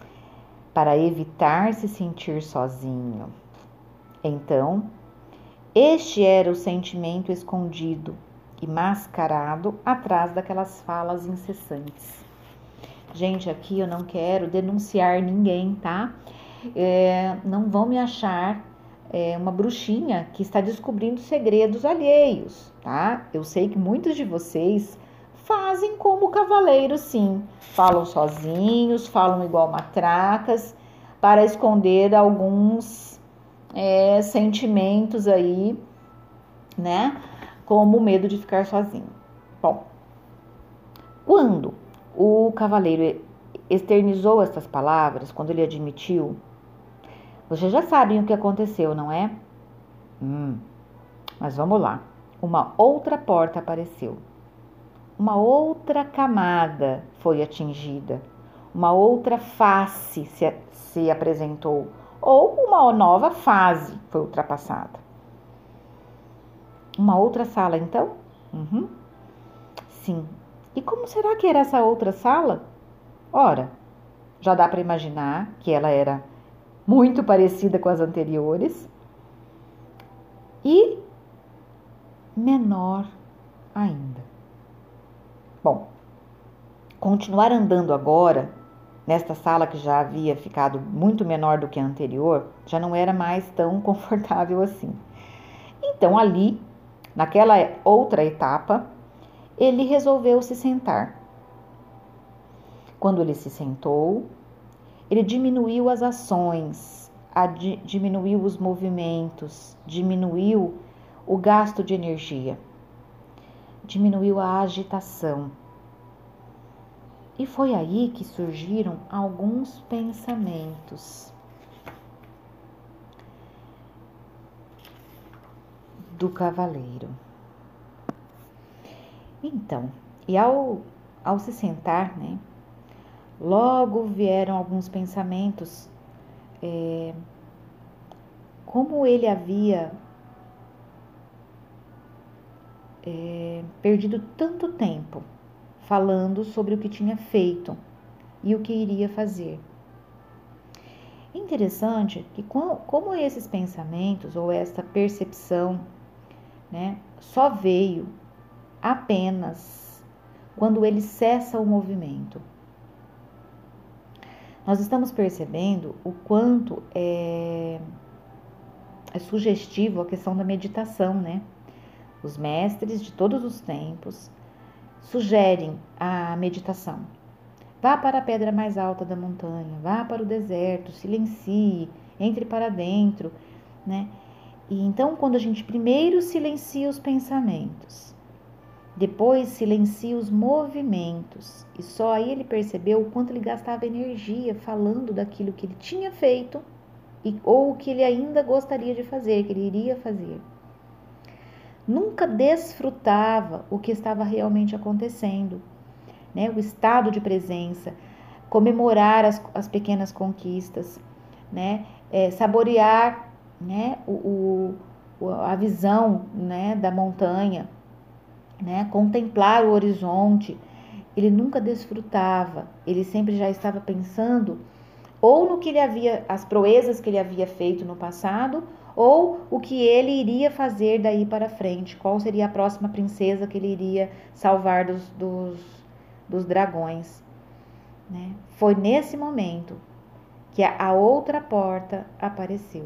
para evitar se sentir sozinho. Então, Este era o sentimento escondido e mascarado atrás daquelas falas incessantes. Gente, aqui eu não quero denunciar ninguém, tá? É, não vão me achar é, uma bruxinha que está descobrindo segredos alheios, tá? Eu sei que muitos de vocês fazem como cavaleiros, sim. Falam sozinhos, falam igual matracas, para esconder alguns é, sentimentos aí, né? Como o medo de ficar sozinho. Bom, quando o cavaleiro externizou estas palavras, quando ele admitiu, vocês já sabem o que aconteceu, não é? Hum, mas vamos lá. Uma outra porta apareceu. Uma outra camada foi atingida. Uma outra face se, se apresentou. Ou uma nova fase foi ultrapassada. Uma outra sala, então? Uhum. Sim. E como será que era essa outra sala? Ora, já dá para imaginar que ela era muito parecida com as anteriores e menor ainda. Bom, continuar andando agora, nesta sala que já havia ficado muito menor do que a anterior, já não era mais tão confortável assim. Então, ali, naquela outra etapa, ele resolveu se sentar. Quando ele se sentou, ele diminuiu as ações, di- diminuiu os movimentos, diminuiu o gasto de energia, diminuiu a agitação. E foi aí que surgiram alguns pensamentos do cavaleiro. Então, e ao, ao se sentar, né, logo vieram alguns pensamentos, é, como ele havia é, perdido tanto tempo falando sobre o que tinha feito e o que iria fazer. Interessante que como esses pensamentos ou essa percepção, né, só veio apenas quando ele cessa o movimento. Nós estamos percebendo o quanto é, é sugestivo a questão da meditação, né? Os mestres de todos os tempos sugerem a meditação. Vá para a pedra mais alta da montanha, vá para o deserto, silencie, entre para dentro, né? E então, quando a gente primeiro silencia os pensamentos, depois silencia os movimentos, e só aí ele percebeu o quanto ele gastava energia falando daquilo que ele tinha feito e, ou o que ele ainda gostaria de fazer, que ele iria fazer. Nunca desfrutava o que estava realmente acontecendo, né? O estado de presença, comemorar as, as pequenas conquistas, né? É, saborear, né? o, o, a visão, né? Da montanha, né? Contemplar o horizonte. Ele nunca desfrutava, ele sempre já estava pensando ou no que ele havia, as proezas que ele havia feito no passado, ou o que ele iria fazer daí para frente, qual seria a próxima princesa que ele iria salvar dos, dos, dos dragões, né? Foi nesse momento que a, a outra porta apareceu.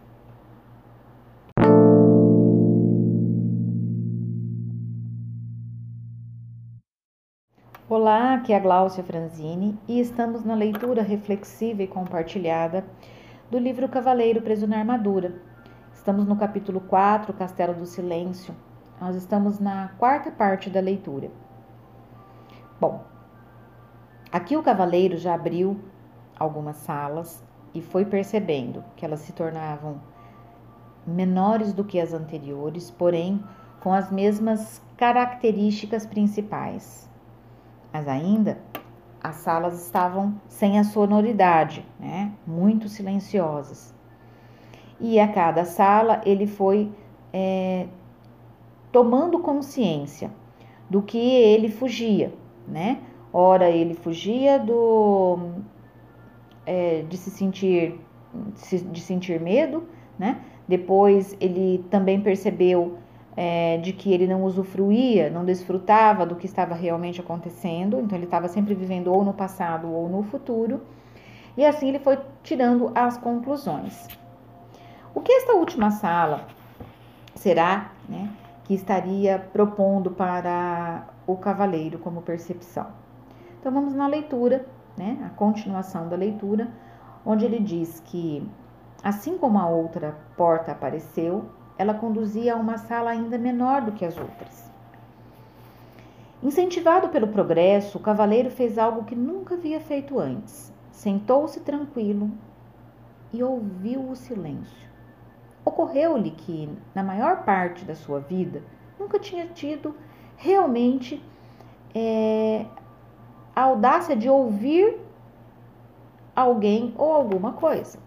Olá, aqui é a Gláucia Franzini e estamos na leitura reflexiva e compartilhada do livro Cavaleiro Preso na Armadura. Estamos no capítulo quatro, Castelo do Silêncio. Nós estamos na quarta parte da leitura. Bom, aqui o cavaleiro já abriu algumas salas e foi percebendo que elas se tornavam menores do que as anteriores, porém com as mesmas características principais. Mas ainda as salas estavam sem a sonoridade, né? Muito silenciosas. E a cada sala ele foi é, tomando consciência do que ele fugia, né? Ora ele fugia do, é, de se sentir, de sentir medo, né? Depois ele também percebeu é, de que ele não usufruía, não desfrutava do que estava realmente acontecendo, então ele estava sempre vivendo ou no passado ou no futuro, e assim ele foi tirando as conclusões. O que esta última sala será, né, que estaria propondo para o cavaleiro como percepção? Então vamos na leitura, né, a continuação da leitura, onde ele diz que, assim como a outra porta apareceu, ela conduzia a uma sala ainda menor do que as outras. Incentivado pelo progresso, o cavaleiro fez algo que nunca havia feito antes. Sentou-se tranquilo e ouviu o silêncio. Ocorreu-lhe que, na maior parte da sua vida, nunca tinha tido realmente é, a audácia de ouvir alguém ou alguma coisa.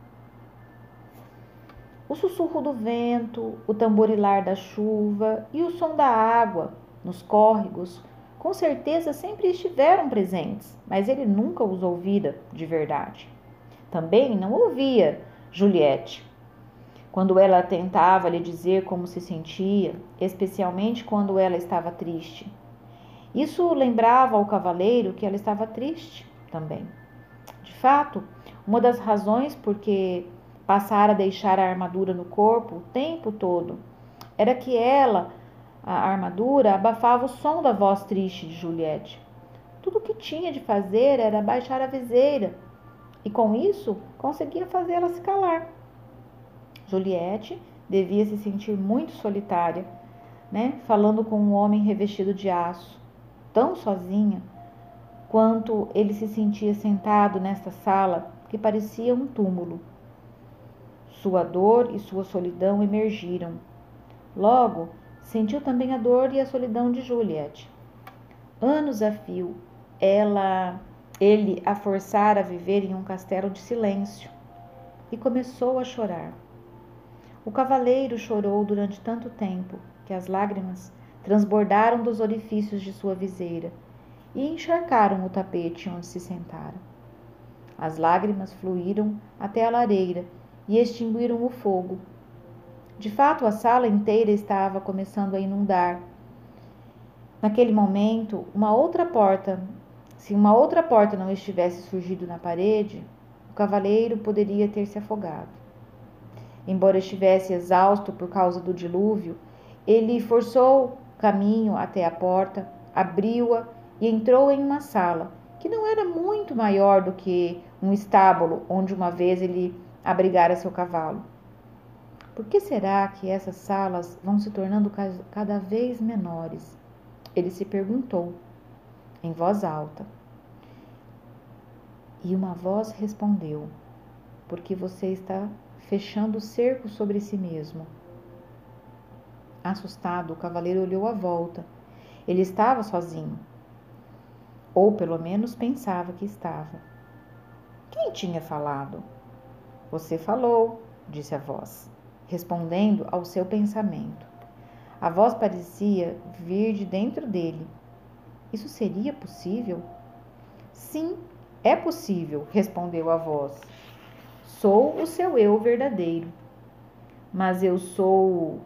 O sussurro do vento, o tamborilar da chuva e o som da água nos córregos, com certeza sempre estiveram presentes, mas ele nunca os ouvira de verdade. Também não ouvia Juliette, quando ela tentava lhe dizer como se sentia, especialmente quando ela estava triste. Isso lembrava ao cavaleiro que ela estava triste também. De fato, uma das razões por que passara a deixar a armadura no corpo o tempo todo era que ela, a armadura, abafava o som da voz triste de Juliette. Tudo o que tinha de fazer era baixar a viseira e, com isso, conseguia fazê-la se calar. Juliette devia se sentir muito solitária, né? Falando com um homem revestido de aço, tão sozinha quanto ele se sentia sentado nesta sala que parecia um túmulo. Sua dor e sua solidão emergiram. Logo, sentiu também a dor e a solidão de Juliette. Anos a fio, ela, ele a forçara a viver em um castelo de silêncio e começou a chorar. O cavaleiro chorou durante tanto tempo que as lágrimas transbordaram dos orifícios de sua viseira e encharcaram o tapete onde se sentara. As lágrimas fluíram até a lareira e extinguiram o fogo. De fato, a sala inteira estava começando a inundar. Naquele momento, uma outra porta, se uma outra porta não estivesse surgido na parede, o cavaleiro poderia ter se afogado. Embora estivesse exausto por causa do dilúvio, ele forçou caminho até a porta, abriu-a e entrou em uma sala que não era muito maior do que um estábulo onde uma vez ele abrigara seu cavalo. Por que será que essas salas vão se tornando cada vez menores? Ele se perguntou, em voz alta. E uma voz respondeu, porque você está fechando o cerco sobre si mesmo. Assustado, o cavaleiro olhou à volta. Ele estava sozinho. Ou pelo menos pensava que estava. Quem tinha falado? Você falou, disse a voz, respondendo ao seu pensamento. A voz parecia vir de dentro dele. Isso seria possível? Sim, é possível, respondeu a voz. Sou o seu eu verdadeiro. Mas eu sou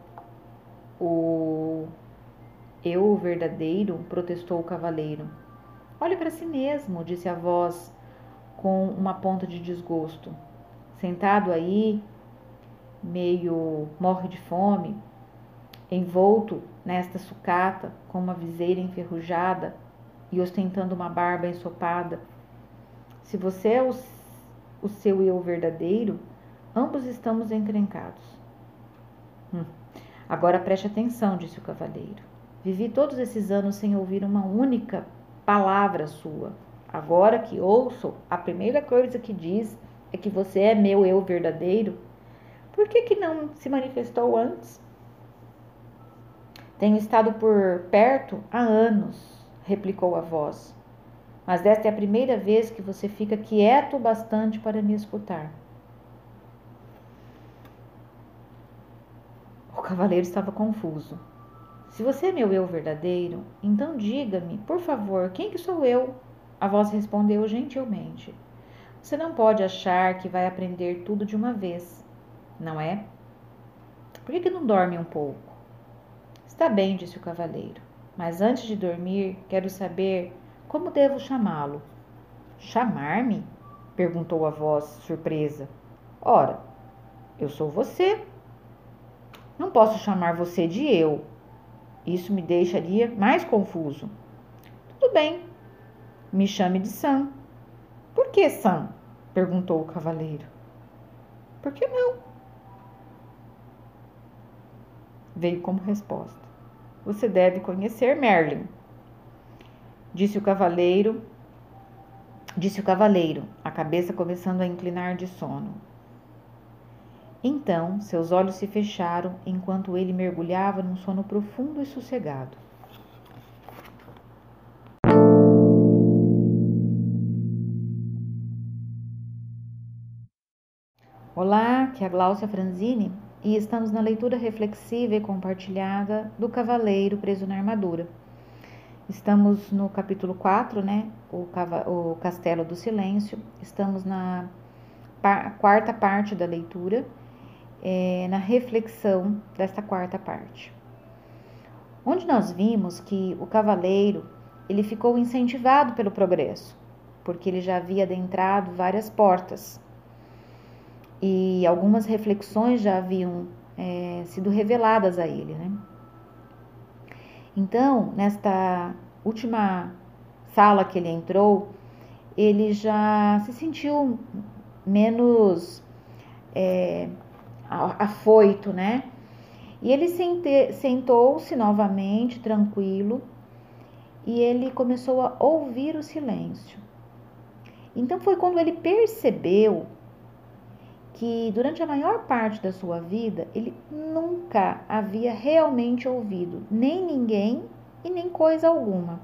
o eu verdadeiro, protestou o cavaleiro. Olhe para si mesmo, disse a voz com uma ponta de desgosto. Sentado aí, meio morre de fome, envolto nesta sucata com uma viseira enferrujada e ostentando uma barba ensopada. Se você é o, o seu eu verdadeiro, ambos estamos encrencados. Hum. Agora preste atenção, disse o cavaleiro. Vivi todos esses anos sem ouvir uma única palavra sua. Agora que ouço, a primeira coisa que diz é que você é meu eu verdadeiro. Por que que não se manifestou antes? Tenho estado por perto há anos, replicou a voz. Mas esta é a primeira vez que você fica quieto o bastante para me escutar. O cavaleiro estava confuso. Se você é meu eu verdadeiro, então diga-me, por favor, quem que sou eu? A voz respondeu gentilmente. Você não pode achar que vai aprender tudo de uma vez, não é? Por que, que não dorme um pouco? Está bem, disse o cavaleiro, mas antes de dormir, quero saber como devo chamá-lo. Chamar-me? Perguntou a voz, surpresa. Ora, eu sou você. Não posso chamar você de eu. Isso me deixaria mais confuso. Tudo bem, me chame de Sam. Por que Sam? Perguntou o cavaleiro. Por que não? Veio como resposta. Você deve conhecer Merlin. Disse o cavaleiro, disse o cavaleiro, a cabeça começando a inclinar de sono. Então, seus olhos se fecharam enquanto ele mergulhava num sono profundo e sossegado. Olá, aqui é a Gláucia Franzini e estamos na leitura reflexiva e compartilhada do Cavaleiro Preso na Armadura. Estamos no capítulo quatro, né? O, cava- o Castelo do Silêncio. Estamos na par- quarta parte da leitura, é, na reflexão desta quarta parte. Onde nós vimos que o cavaleiro ele ficou incentivado pelo progresso, porque ele já havia adentrado várias portas e algumas reflexões já haviam é, sido reveladas a ele, né? Então, nesta última sala que ele entrou, ele já se sentiu menos é, afoito, né? E ele sentou-se novamente, tranquilo, e ele começou a ouvir o silêncio. Então foi quando ele percebeu que durante a maior parte da sua vida, ele nunca havia realmente ouvido nem ninguém e nem coisa alguma,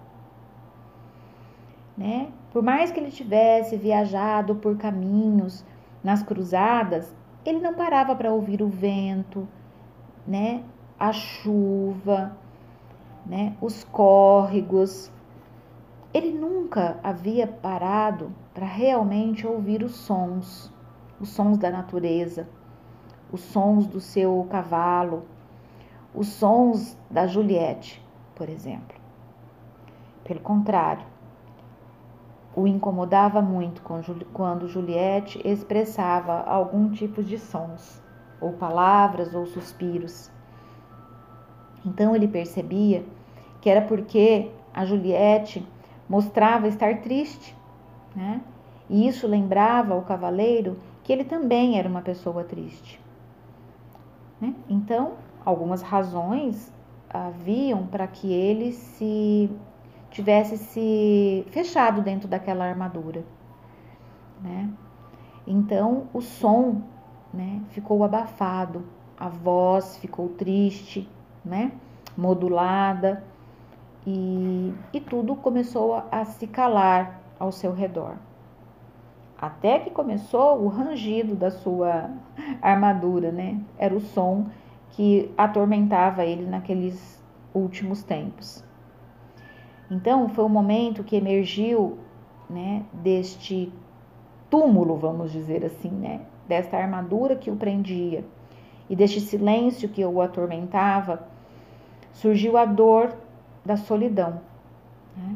né? Por mais que ele tivesse viajado por caminhos nas cruzadas, ele não parava para ouvir o vento, né? A chuva, né? Os córregos. Ele nunca havia parado para realmente ouvir os sons, os sons da natureza, os sons do seu cavalo, os sons da Juliette, por exemplo. Pelo contrário, o incomodava muito quando Juliette expressava algum tipo de sons, ou palavras, ou suspiros. Então ele percebia que era porque a Juliette mostrava estar triste, né? E isso lembrava ao cavaleiro que ele também era uma pessoa triste, né? Então, algumas razões haviam para que ele se tivesse se fechado dentro daquela armadura, né? Então, o som, né, ficou abafado, a voz ficou triste, né, modulada, e, e tudo começou a, a se calar ao seu redor. Até que começou o rangido da sua armadura, né? Era o som que atormentava ele naqueles últimos tempos. Então, foi o momento que emergiu, né, deste túmulo, vamos dizer assim, né, desta armadura que o prendia e deste silêncio que o atormentava, surgiu a dor da solidão, né?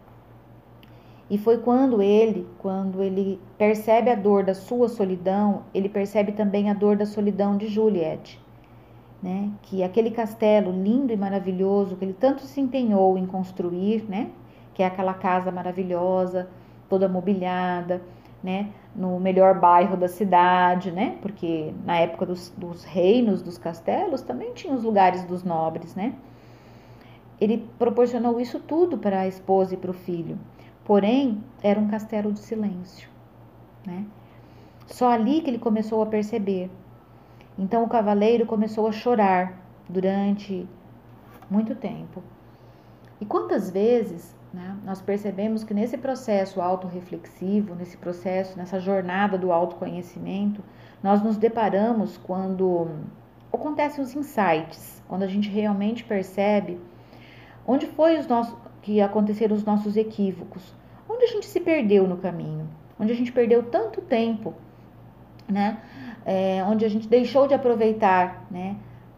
E foi quando ele, quando ele percebe a dor da sua solidão, ele percebe também a dor da solidão de Juliette, né? Que aquele castelo lindo e maravilhoso que ele tanto se empenhou em construir, né? Que é aquela casa maravilhosa, toda mobiliada, né? No melhor bairro da cidade, né? Porque na época dos, dos reinos, dos castelos, também tinha os lugares dos nobres, né? Ele proporcionou isso tudo para a esposa e para o filho. Porém, era um castelo de silêncio, né? Só ali que ele começou a perceber. Então o cavaleiro começou a chorar durante muito tempo. E quantas vezes, né, nós percebemos que nesse processo autorreflexivo, nesse processo, nessa jornada do autoconhecimento, nós nos deparamos quando acontecem os insights, quando a gente realmente percebe onde foi os nossos, que aconteceram os nossos equívocos, onde a gente se perdeu no caminho, onde a gente perdeu tanto tempo, né? É, onde a gente deixou de aproveitar, né,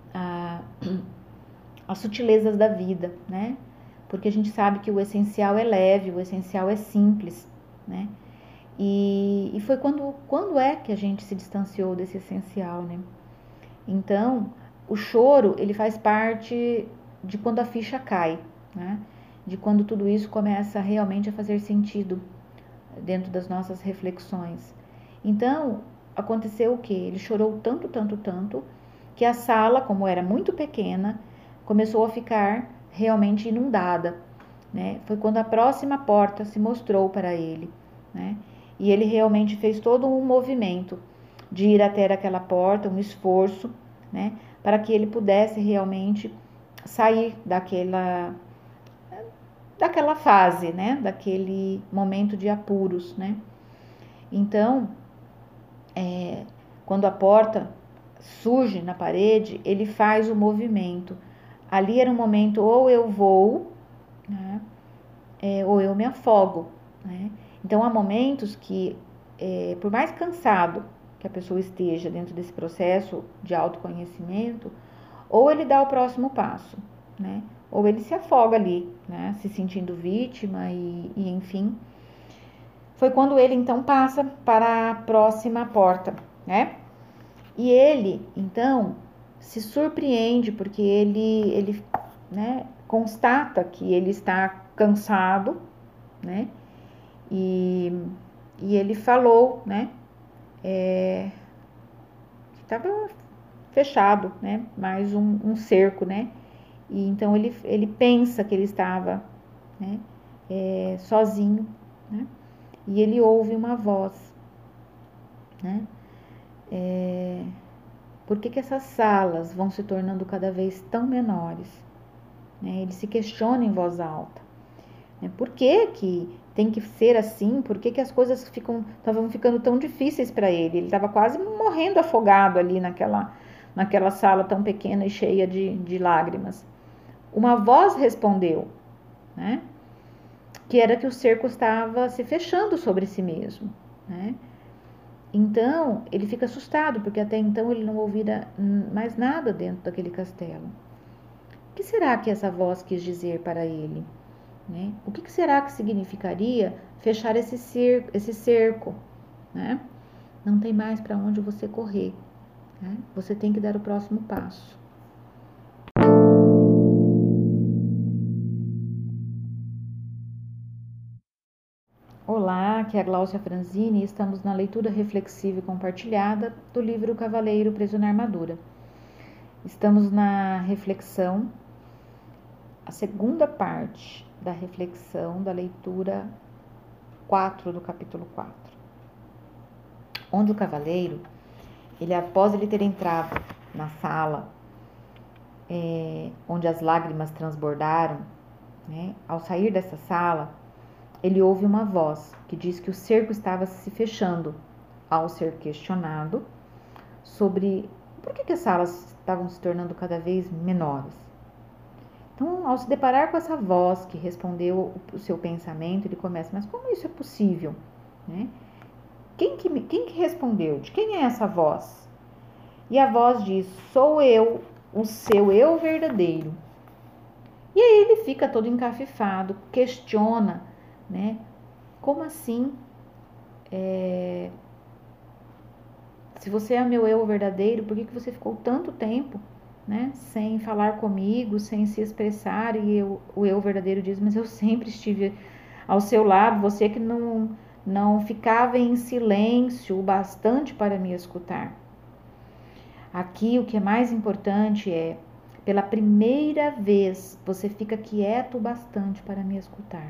as sutilezas da vida, né? Porque a gente sabe que o essencial é leve, o essencial é simples, né? E, e foi quando, quando é que a gente se distanciou desse essencial, né? Então, o choro, ele faz parte de quando a ficha cai, né? De quando tudo isso começa realmente a fazer sentido dentro das nossas reflexões. Então, aconteceu o quê? Ele chorou tanto, tanto, tanto, que a sala, como era muito pequena, começou a ficar realmente inundada, né? Foi quando a próxima porta se mostrou para ele, né? E ele realmente fez todo um movimento de ir até aquela porta, um esforço, né? Para que ele pudesse realmente sair daquela, daquela fase, né? Daquele momento de apuros, né? Então, é, quando a porta surge na parede, ele faz o movimento. Ali era um momento ou eu vou, né? É, ou eu me afogo, né? Então, há momentos que, é, por mais cansado que a pessoa esteja dentro desse processo de autoconhecimento, ou ele dá o próximo passo, né? Ou ele se afoga ali, né? Se sentindo vítima e, e enfim. Foi quando ele, então, passa para a próxima porta, né? E ele, então, se surpreende porque ele, ele né, constata que ele está cansado, né? E, e ele falou, né? É, que estava fechado, né? Mais um, um cerco, né? E então ele, ele pensa que ele estava, né? É, sozinho, né? E ele ouve uma voz, né? É, por que que essas salas vão se tornando cada vez tão menores? Né? Ele se questiona em voz alta. Né? Por que que tem que ser assim? Por que que as coisas ficam, estavam ficando tão difíceis para ele? Ele estava quase morrendo afogado ali naquela, naquela sala tão pequena e cheia de, de lágrimas. Uma voz respondeu, né? Que era que o cerco estava se fechando sobre si mesmo, né? Então, ele fica assustado, porque até então ele não ouvira mais nada dentro daquele castelo. O que será que essa voz quis dizer para ele? Né? O que será que significaria fechar esse cerco? Esse cerco, né? Não tem mais para onde você correr, né? Você tem que dar o próximo passo. Olá, aqui é a Gláucia Franzini e estamos na leitura reflexiva e compartilhada do livro O Cavaleiro Preso na Armadura. Estamos na reflexão, a segunda parte da reflexão da leitura quatro do capítulo quatro, onde o cavaleiro, ele após ele ter entrado na sala, é, onde as lágrimas transbordaram, né, ao sair dessa sala, ele ouve uma voz que diz que o cerco estava se fechando. Ao ser questionado sobre por que, que as salas estavam se tornando cada vez menores. Então, ao se deparar com essa voz que respondeu o seu pensamento, ele começa, mas como isso é possível? Né? Quem, que, quem que respondeu? De quem é essa voz? E a voz diz, sou eu, o seu eu verdadeiro. E aí ele fica todo encafifado, questiona, né? Como assim? É... Se você é meu eu verdadeiro, por que, que você ficou tanto tempo, né, sem falar comigo, sem se expressar? E eu, o eu verdadeiro diz, mas eu sempre estive ao seu lado, você que não, não ficava em silêncio o bastante para me escutar. Aqui o que é mais importante é, pela primeira vez, você fica quieto o bastante para me escutar.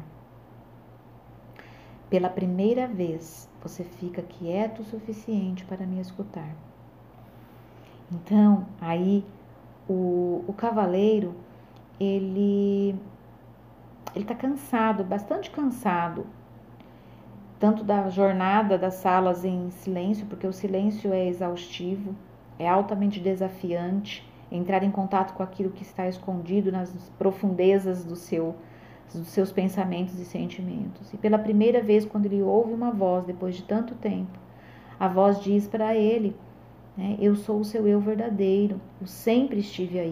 Pela primeira vez, você fica quieto o suficiente para me escutar. Então, aí, o, o cavaleiro, ele ele está cansado, bastante cansado, tanto da jornada das salas em silêncio, porque o silêncio é exaustivo, é altamente desafiante, entrar em contato com aquilo que está escondido nas profundezas do seu dos seus pensamentos e sentimentos. E pela primeira vez, quando ele ouve uma voz, depois de tanto tempo, a voz diz para ele, né, eu sou o seu eu verdadeiro, eu sempre estive aí,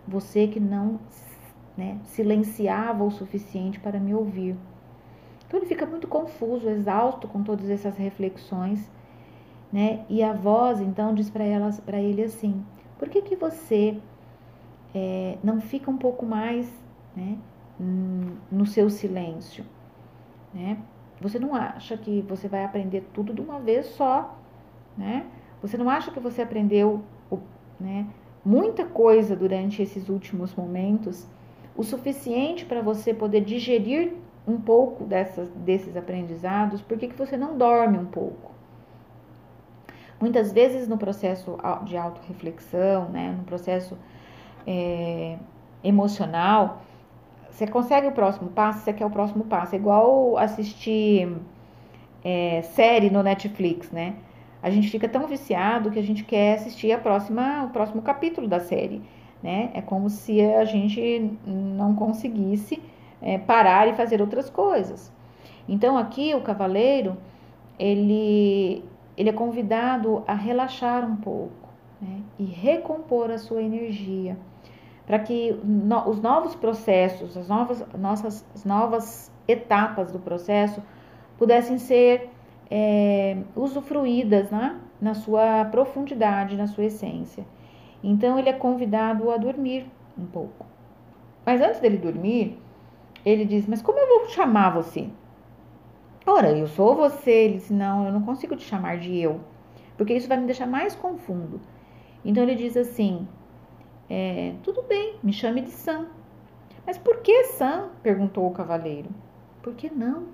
você que não, né, silenciava o suficiente para me ouvir. Então ele fica muito confuso, exausto com todas essas reflexões, né? E a voz então diz para ela, para ele assim: por que que você é, não fica um pouco mais, né, no seu silêncio, né? Você não acha que você vai aprender tudo de uma vez só, né? Você não acha que você aprendeu, né, muita coisa durante esses últimos momentos, o suficiente para você poder digerir um pouco dessas, desses aprendizados? Por que que você não dorme um pouco? Muitas vezes no processo de autorreflexão, né, no processo é, emocional, você consegue o próximo passo, você quer o próximo passo. É igual assistir é, série no Netflix, né? A gente fica tão viciado que a gente quer assistir a próxima, o próximo capítulo da série, né? É como se a gente não conseguisse é, parar e fazer outras coisas. Então aqui o cavaleiro, ele, ele é convidado a relaxar um pouco, né? E recompor a sua energia, para que no, os novos processos, as novas, nossas, as novas etapas do processo pudessem ser é, usufruídas, né, na sua profundidade, na sua essência. Então ele é convidado a dormir um pouco. Mas antes dele dormir, ele diz: mas como eu vou chamar você? Ora, eu sou você. Ele diz: não, eu não consigo te chamar de eu, porque isso vai me deixar mais confuso. Então ele diz assim: é, tudo bem, me chame de Sam. Mas por que Sam? Perguntou o cavaleiro. Por que não?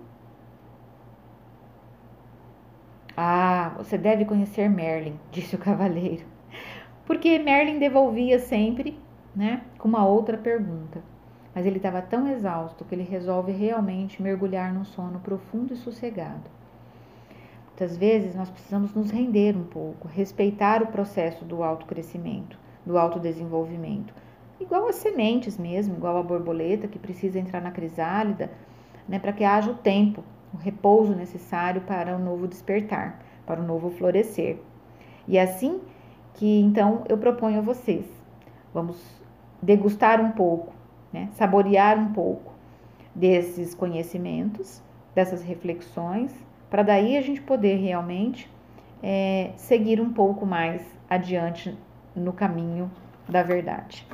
Ah, você deve conhecer Merlin, disse o cavaleiro. Porque Merlin devolvia sempre, né, com uma outra pergunta. Mas ele estava tão exausto que ele resolve realmente mergulhar num sono profundo e sossegado. Muitas vezes nós precisamos nos render um pouco, respeitar o processo do autocrescimento, do autodesenvolvimento. Igual as sementes mesmo, igual a borboleta que precisa entrar na crisálida, né, para que haja o tempo, o repouso necessário para o novo despertar, para o novo florescer. E é assim que então eu proponho a vocês, vamos degustar um pouco, né, saborear um pouco desses conhecimentos, dessas reflexões, para daí a gente poder realmente é, seguir um pouco mais adiante no caminho da verdade.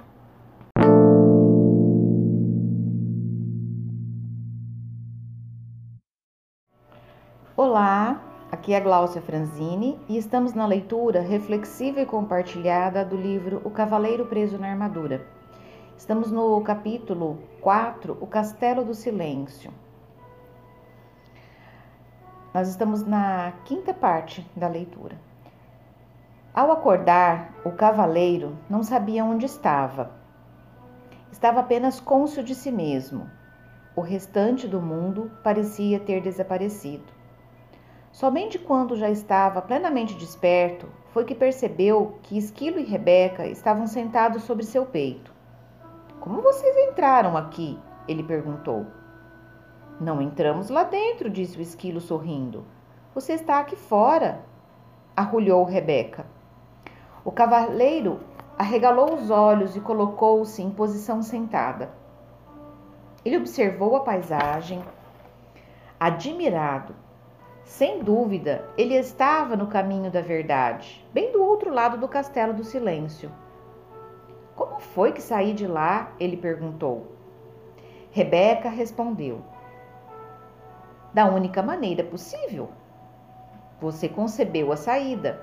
Olá, aqui é a Gláucia Franzini e estamos na leitura reflexiva e compartilhada do livro O Cavaleiro Preso na Armadura. Estamos no capítulo quatro, O Castelo do Silêncio. Nós estamos na quinta parte da leitura. Ao acordar, o cavaleiro não sabia onde estava. Estava apenas cônscio de si mesmo. O restante do mundo parecia ter desaparecido. Somente quando já estava plenamente desperto, foi que percebeu que Esquilo e Rebeca estavam sentados sobre seu peito. Como vocês entraram aqui? Ele perguntou. Não entramos lá dentro, disse o Esquilo sorrindo. Você está aqui fora, arrulhou Rebeca. O cavaleiro arregalou os olhos e colocou-se em posição sentada. Ele observou a paisagem, admirado. Sem dúvida, ele estava no caminho da verdade, bem do outro lado do Castelo do Silêncio. Como foi que saí de lá? Ele perguntou. Rebeca respondeu. Da única maneira possível. Você concebeu a saída.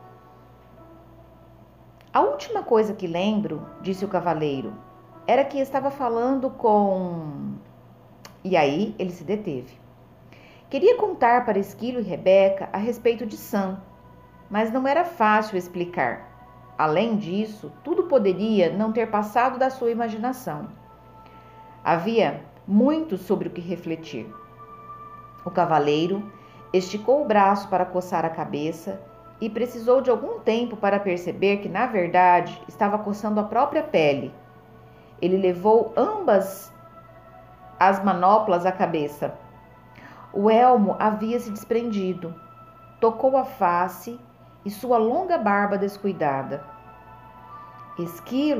A última coisa que lembro, disse o cavaleiro, era que estava falando com... E aí ele se deteve. Queria contar para Esquilo e Rebeca a respeito de Sam, mas não era fácil explicar. Além disso, tudo poderia não ter passado da sua imaginação. Havia muito sobre o que refletir. O cavaleiro esticou o braço para coçar a cabeça e precisou de algum tempo para perceber que, na verdade, estava coçando a própria pele. Ele levou ambas as manoplas à cabeça. O elmo havia se desprendido, tocou a face e sua longa barba descuidada. Esquilo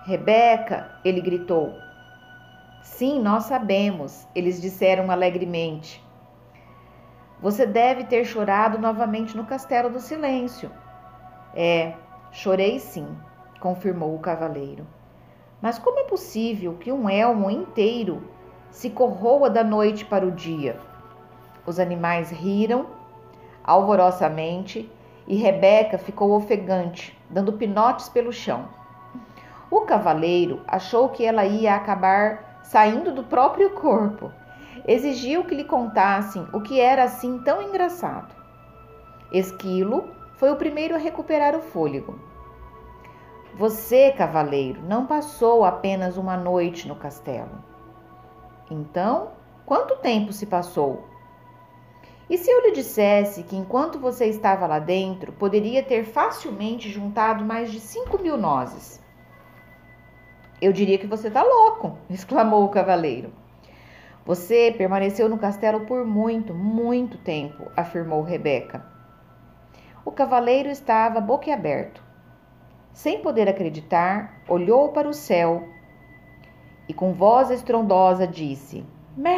Rebeca, ele gritou. Sim, nós sabemos, eles disseram alegremente. Você deve ter chorado novamente no Castelo do Silêncio. É, chorei sim, confirmou o cavaleiro. Mas como é possível que um elmo inteiro se corroa da noite para o dia? Os animais riram alvorosamente e Rebeca ficou ofegante, dando pinotes pelo chão. O cavaleiro achou que ela ia acabar saindo do próprio corpo. Exigiu que lhe contassem o que era assim tão engraçado. Esquilo foi o primeiro a recuperar o fôlego. Você, cavaleiro, não passou apenas uma noite no castelo. Então, quanto tempo se passou? E se eu lhe dissesse que enquanto você estava lá dentro, poderia ter facilmente juntado mais de cinco mil nozes? Eu diria que você está louco, exclamou o cavaleiro. Você permaneceu no castelo por muito, muito tempo, afirmou Rebeca. O cavaleiro estava boquiaberto. Sem poder acreditar, olhou para o céu e com voz estrondosa disse: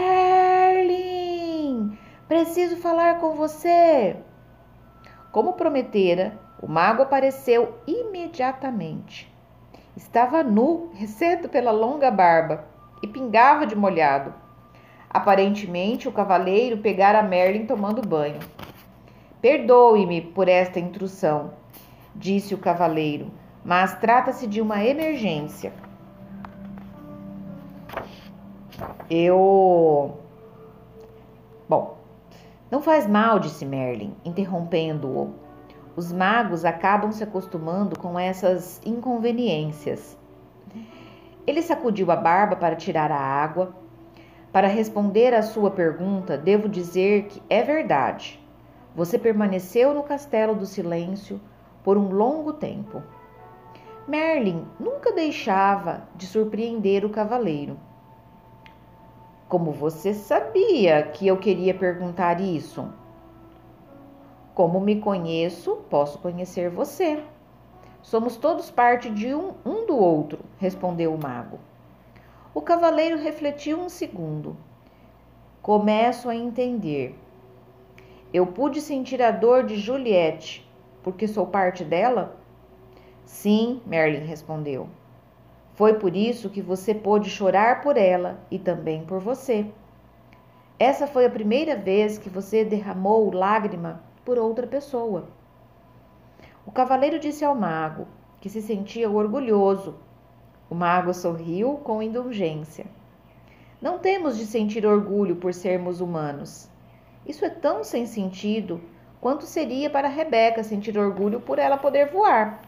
Merlin, preciso falar com você. Como prometera, o mago apareceu imediatamente. Estava nu, exceto pela longa barba, e pingava de molhado. Aparentemente, o cavaleiro pegara Merlin tomando banho. Perdoe-me por esta intrusão, disse o cavaleiro, mas trata-se de uma emergência. Eu... Bom, não faz mal, disse Merlin, interrompendo-o. Os magos acabam se acostumando com essas inconveniências. Ele sacudiu a barba para tirar a água. Para responder à sua pergunta, devo dizer que é verdade. Você permaneceu no Castelo do Silêncio por um longo tempo. Merlin nunca deixava de surpreender o cavaleiro. Como você sabia que eu queria perguntar isso? Como me conheço, posso conhecer você. Somos todos parte de um, um do outro, respondeu o mago. O cavaleiro refletiu um segundo. Começo a entender. Eu pude sentir a dor de Juliette, porque sou parte dela? Sim, Merlin respondeu. Foi por isso que você pôde chorar por ela e também por você. Essa foi a primeira vez que você derramou lágrima por outra pessoa. O cavaleiro disse ao mago que se sentia orgulhoso. O mago sorriu com indulgência. Não temos de sentir orgulho por sermos humanos. Isso é tão sem sentido quanto seria para Rebeca sentir orgulho por ela poder voar.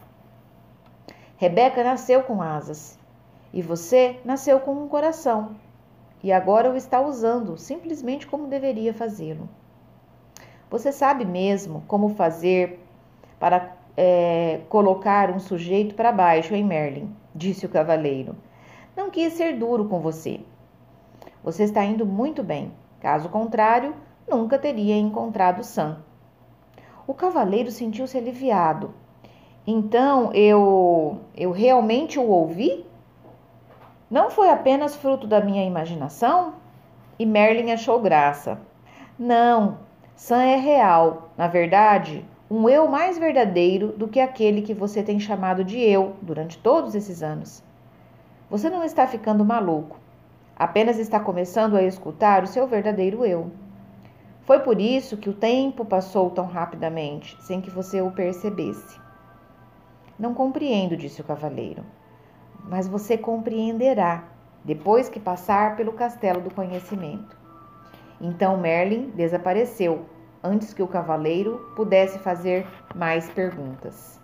Rebeca nasceu com asas e você nasceu com um coração e agora o está usando simplesmente como deveria fazê-lo. Você sabe mesmo como fazer para é, colocar um sujeito para baixo, hein, Merlin? Disse o cavaleiro. Não quis ser duro com você. Você está indo muito bem. Caso contrário, nunca teria encontrado Sam. O cavaleiro sentiu-se aliviado. Então, eu, eu realmente o ouvi? Não foi apenas fruto da minha imaginação? E Merlin achou graça. Não, Sam é real. Na verdade, um eu mais verdadeiro do que aquele que você tem chamado de eu durante todos esses anos. Você não está ficando maluco. Apenas está começando a escutar o seu verdadeiro eu. Foi por isso que o tempo passou tão rapidamente, sem que você o percebesse. Não compreendo, disse o cavaleiro, mas você compreenderá depois que passar pelo castelo do conhecimento. Então Merlin desapareceu, antes que o cavaleiro pudesse fazer mais perguntas.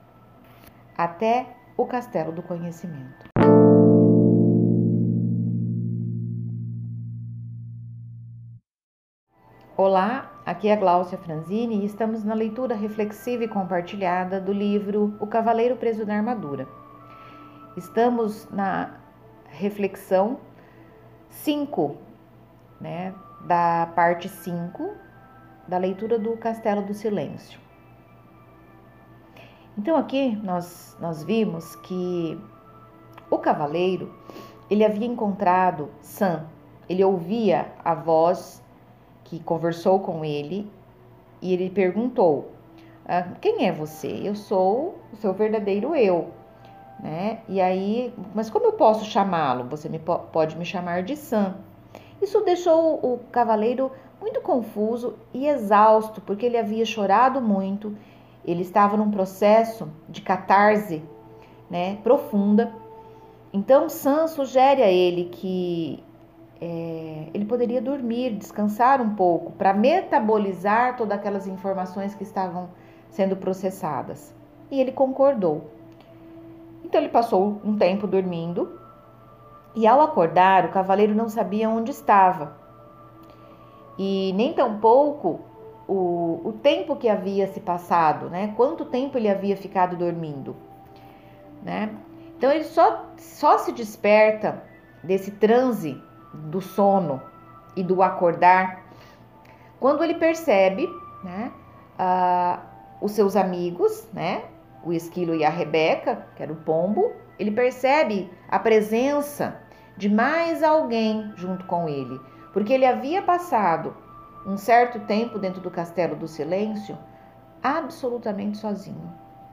Até o castelo do conhecimento. Olá, aqui é a Gláucia Franzini e estamos na leitura reflexiva e compartilhada do livro O Cavaleiro Preso na Armadura. Estamos na reflexão cinco, né, da parte cinco da leitura do Castelo do Silêncio. Então aqui nós, nós vimos que O cavaleiro, ele havia encontrado Sam, ele ouvia a voz que conversou com ele e ele perguntou, ah, quem é você? Eu sou o seu verdadeiro eu, né? E aí, mas como eu posso chamá-lo? Você me, pode me chamar de Sam. Isso deixou o cavaleiro muito confuso e exausto, porque ele havia chorado muito, ele estava num processo de catarse, né, profunda. Então Sam sugere a ele que é, ele poderia dormir, descansar um pouco, para metabolizar todas aquelas informações que estavam sendo processadas. E ele concordou. Então ele passou um tempo dormindo e ao acordar o cavaleiro não sabia onde estava e nem tampouco o, o tempo que havia se passado, né? Quanto tempo ele havia ficado dormindo, né? Então ele só, só se desperta desse transe do sono e do acordar quando ele percebe, né, ah, os seus amigos, né, o esquilo e a Rebeca, que era o pombo, ele percebe a presença de mais alguém junto com ele, porque ele havia passado um certo tempo dentro do Castelo do Silêncio absolutamente sozinho.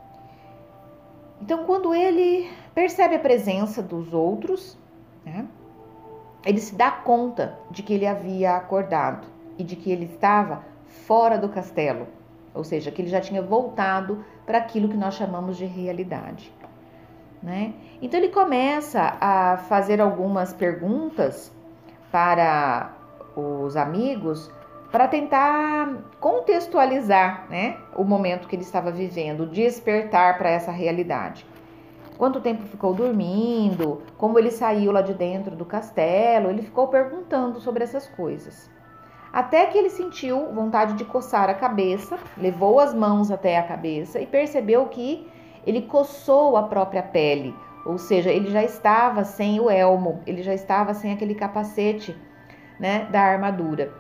Então, quando ele percebe a presença dos outros, né, ele se dá conta de que ele havia acordado e de que ele estava fora do castelo, ou seja, que ele já tinha voltado para aquilo que nós chamamos de realidade, né? Então ele começa a fazer algumas perguntas para os amigos para tentar contextualizar, né, o momento que ele estava vivendo, despertar para essa realidade. Quanto tempo ficou dormindo, como ele saiu lá de dentro do castelo, ele ficou perguntando sobre essas coisas. Até que ele sentiu vontade de coçar a cabeça, levou as mãos até a cabeça e percebeu que ele coçou a própria pele, ou seja, ele já estava sem o elmo, ele já estava sem aquele capacete, né, da armadura.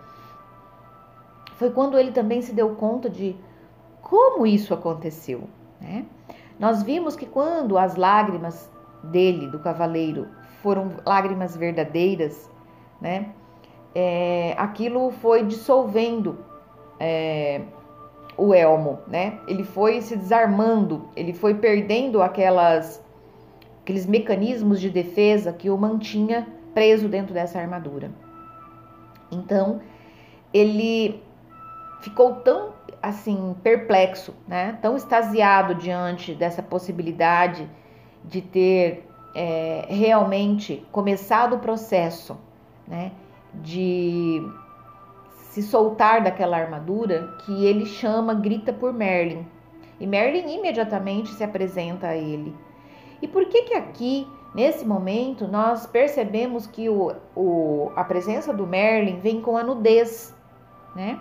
Foi quando ele também se deu conta de como isso aconteceu, né? Nós vimos que quando as lágrimas dele, do cavaleiro, foram lágrimas verdadeiras, né? É, aquilo foi dissolvendo é, o elmo, né? Ele foi se desarmando, ele foi perdendo aquelas, aqueles mecanismos de defesa que o mantinha preso dentro dessa armadura. Então, ele ficou tão assim perplexo, né? Tão extasiado diante dessa possibilidade de ter é, realmente começado o processo, né, de se soltar daquela armadura, que ele chama, grita por Merlin. E Merlin imediatamente se apresenta a ele. E por que que aqui, nesse momento, nós percebemos que o, o, a presença do Merlin vem com a nudez, né?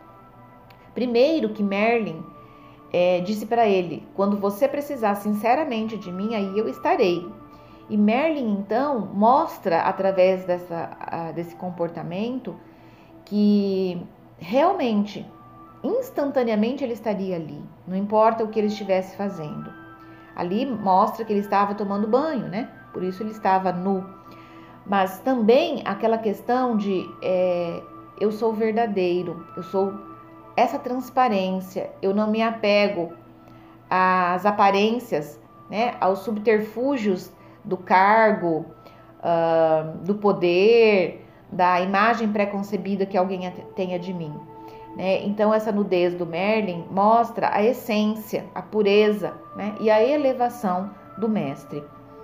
Primeiro que Merlin é, disse para ele, quando você precisar sinceramente de mim, aí eu estarei. E Merlin, então, mostra através dessa, desse comportamento que realmente, instantaneamente ele estaria ali, não importa o que ele estivesse fazendo. Ali mostra que ele estava tomando banho, né? Por isso ele estava nu. Mas também aquela questão de é, eu sou verdadeiro, eu sou essa transparência, eu não me apego às aparências, né, aos subterfúgios do cargo, uh, do poder, da imagem preconcebida que alguém tenha de mim, né? Então essa nudez do Merlin mostra a essência, a pureza, né, e a elevação do mestre.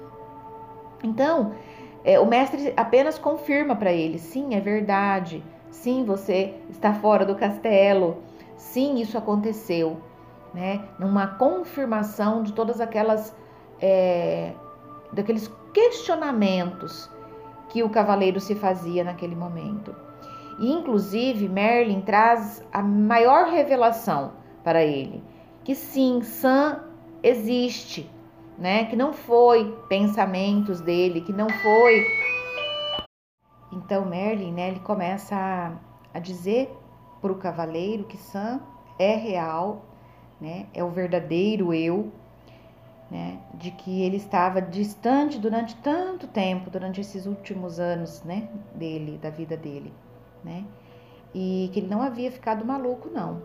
Então é, o mestre apenas confirma para ele, sim, é verdade. Sim, você está fora do castelo. Sim, isso aconteceu, né? Numa confirmação de todas aquelas, é, daqueles questionamentos que o cavaleiro se fazia naquele momento. E, inclusive, Merlin traz a maior revelação para ele, que sim, Sam existe, né? Que não foi pensamentos dele, que não foi... Então Merlin, né, ele começa a, a dizer para o cavaleiro que Sam é real, né, é o verdadeiro eu, né, de que ele estava distante durante tanto tempo, durante esses últimos anos, né, dele, da vida dele, né, e que ele não havia ficado maluco, não.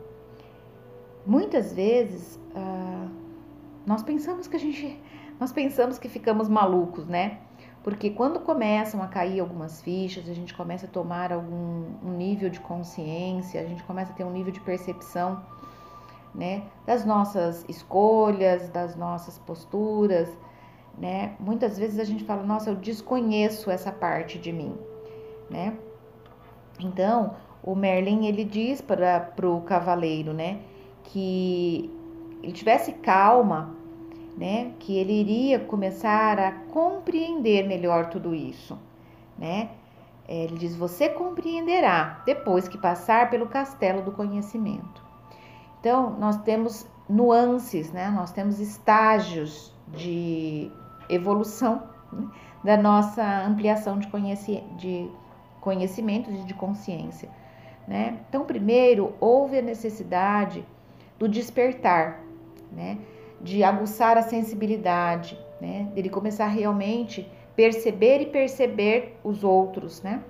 Muitas vezes ah, nós pensamos que a gente, nós pensamos que ficamos malucos, né? Porque quando começam a cair algumas fichas, a gente começa a tomar algum um nível de consciência, a gente começa a ter um nível de percepção, né, das nossas escolhas, das nossas posturas, né? Muitas vezes a gente fala, nossa, eu desconheço essa parte de mim, né? Então, o Merlin, ele diz para o cavaleiro, né, que ele tivesse calma, né, que ele iria começar a compreender melhor tudo isso, né? Ele diz, você compreenderá depois que passar pelo castelo do conhecimento. Então, nós temos nuances, né? Nós temos estágios de evolução, né, da nossa ampliação de, conheci de conhecimento e de consciência, né? Então, primeiro, houve a necessidade do despertar, né, de aguçar a sensibilidade, né, dele começar realmente perceber e perceber os outros, né?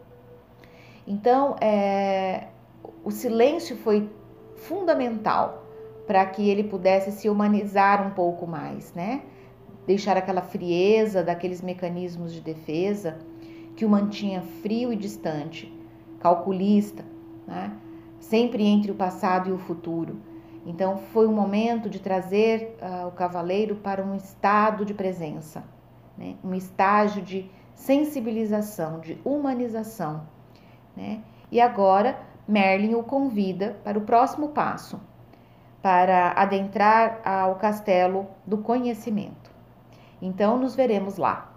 Então, é, o silêncio foi fundamental para que ele pudesse se humanizar um pouco mais, né? Deixar aquela frieza daqueles mecanismos de defesa que o mantinha frio e distante, calculista, né? Sempre entre o passado e o futuro. Então, foi um momento de trazer uh, o cavaleiro para um estado de presença, né? Um estágio de sensibilização, de humanização, né? E agora, Merlin o convida para o próximo passo, para adentrar ao castelo do conhecimento. Então, nos veremos lá.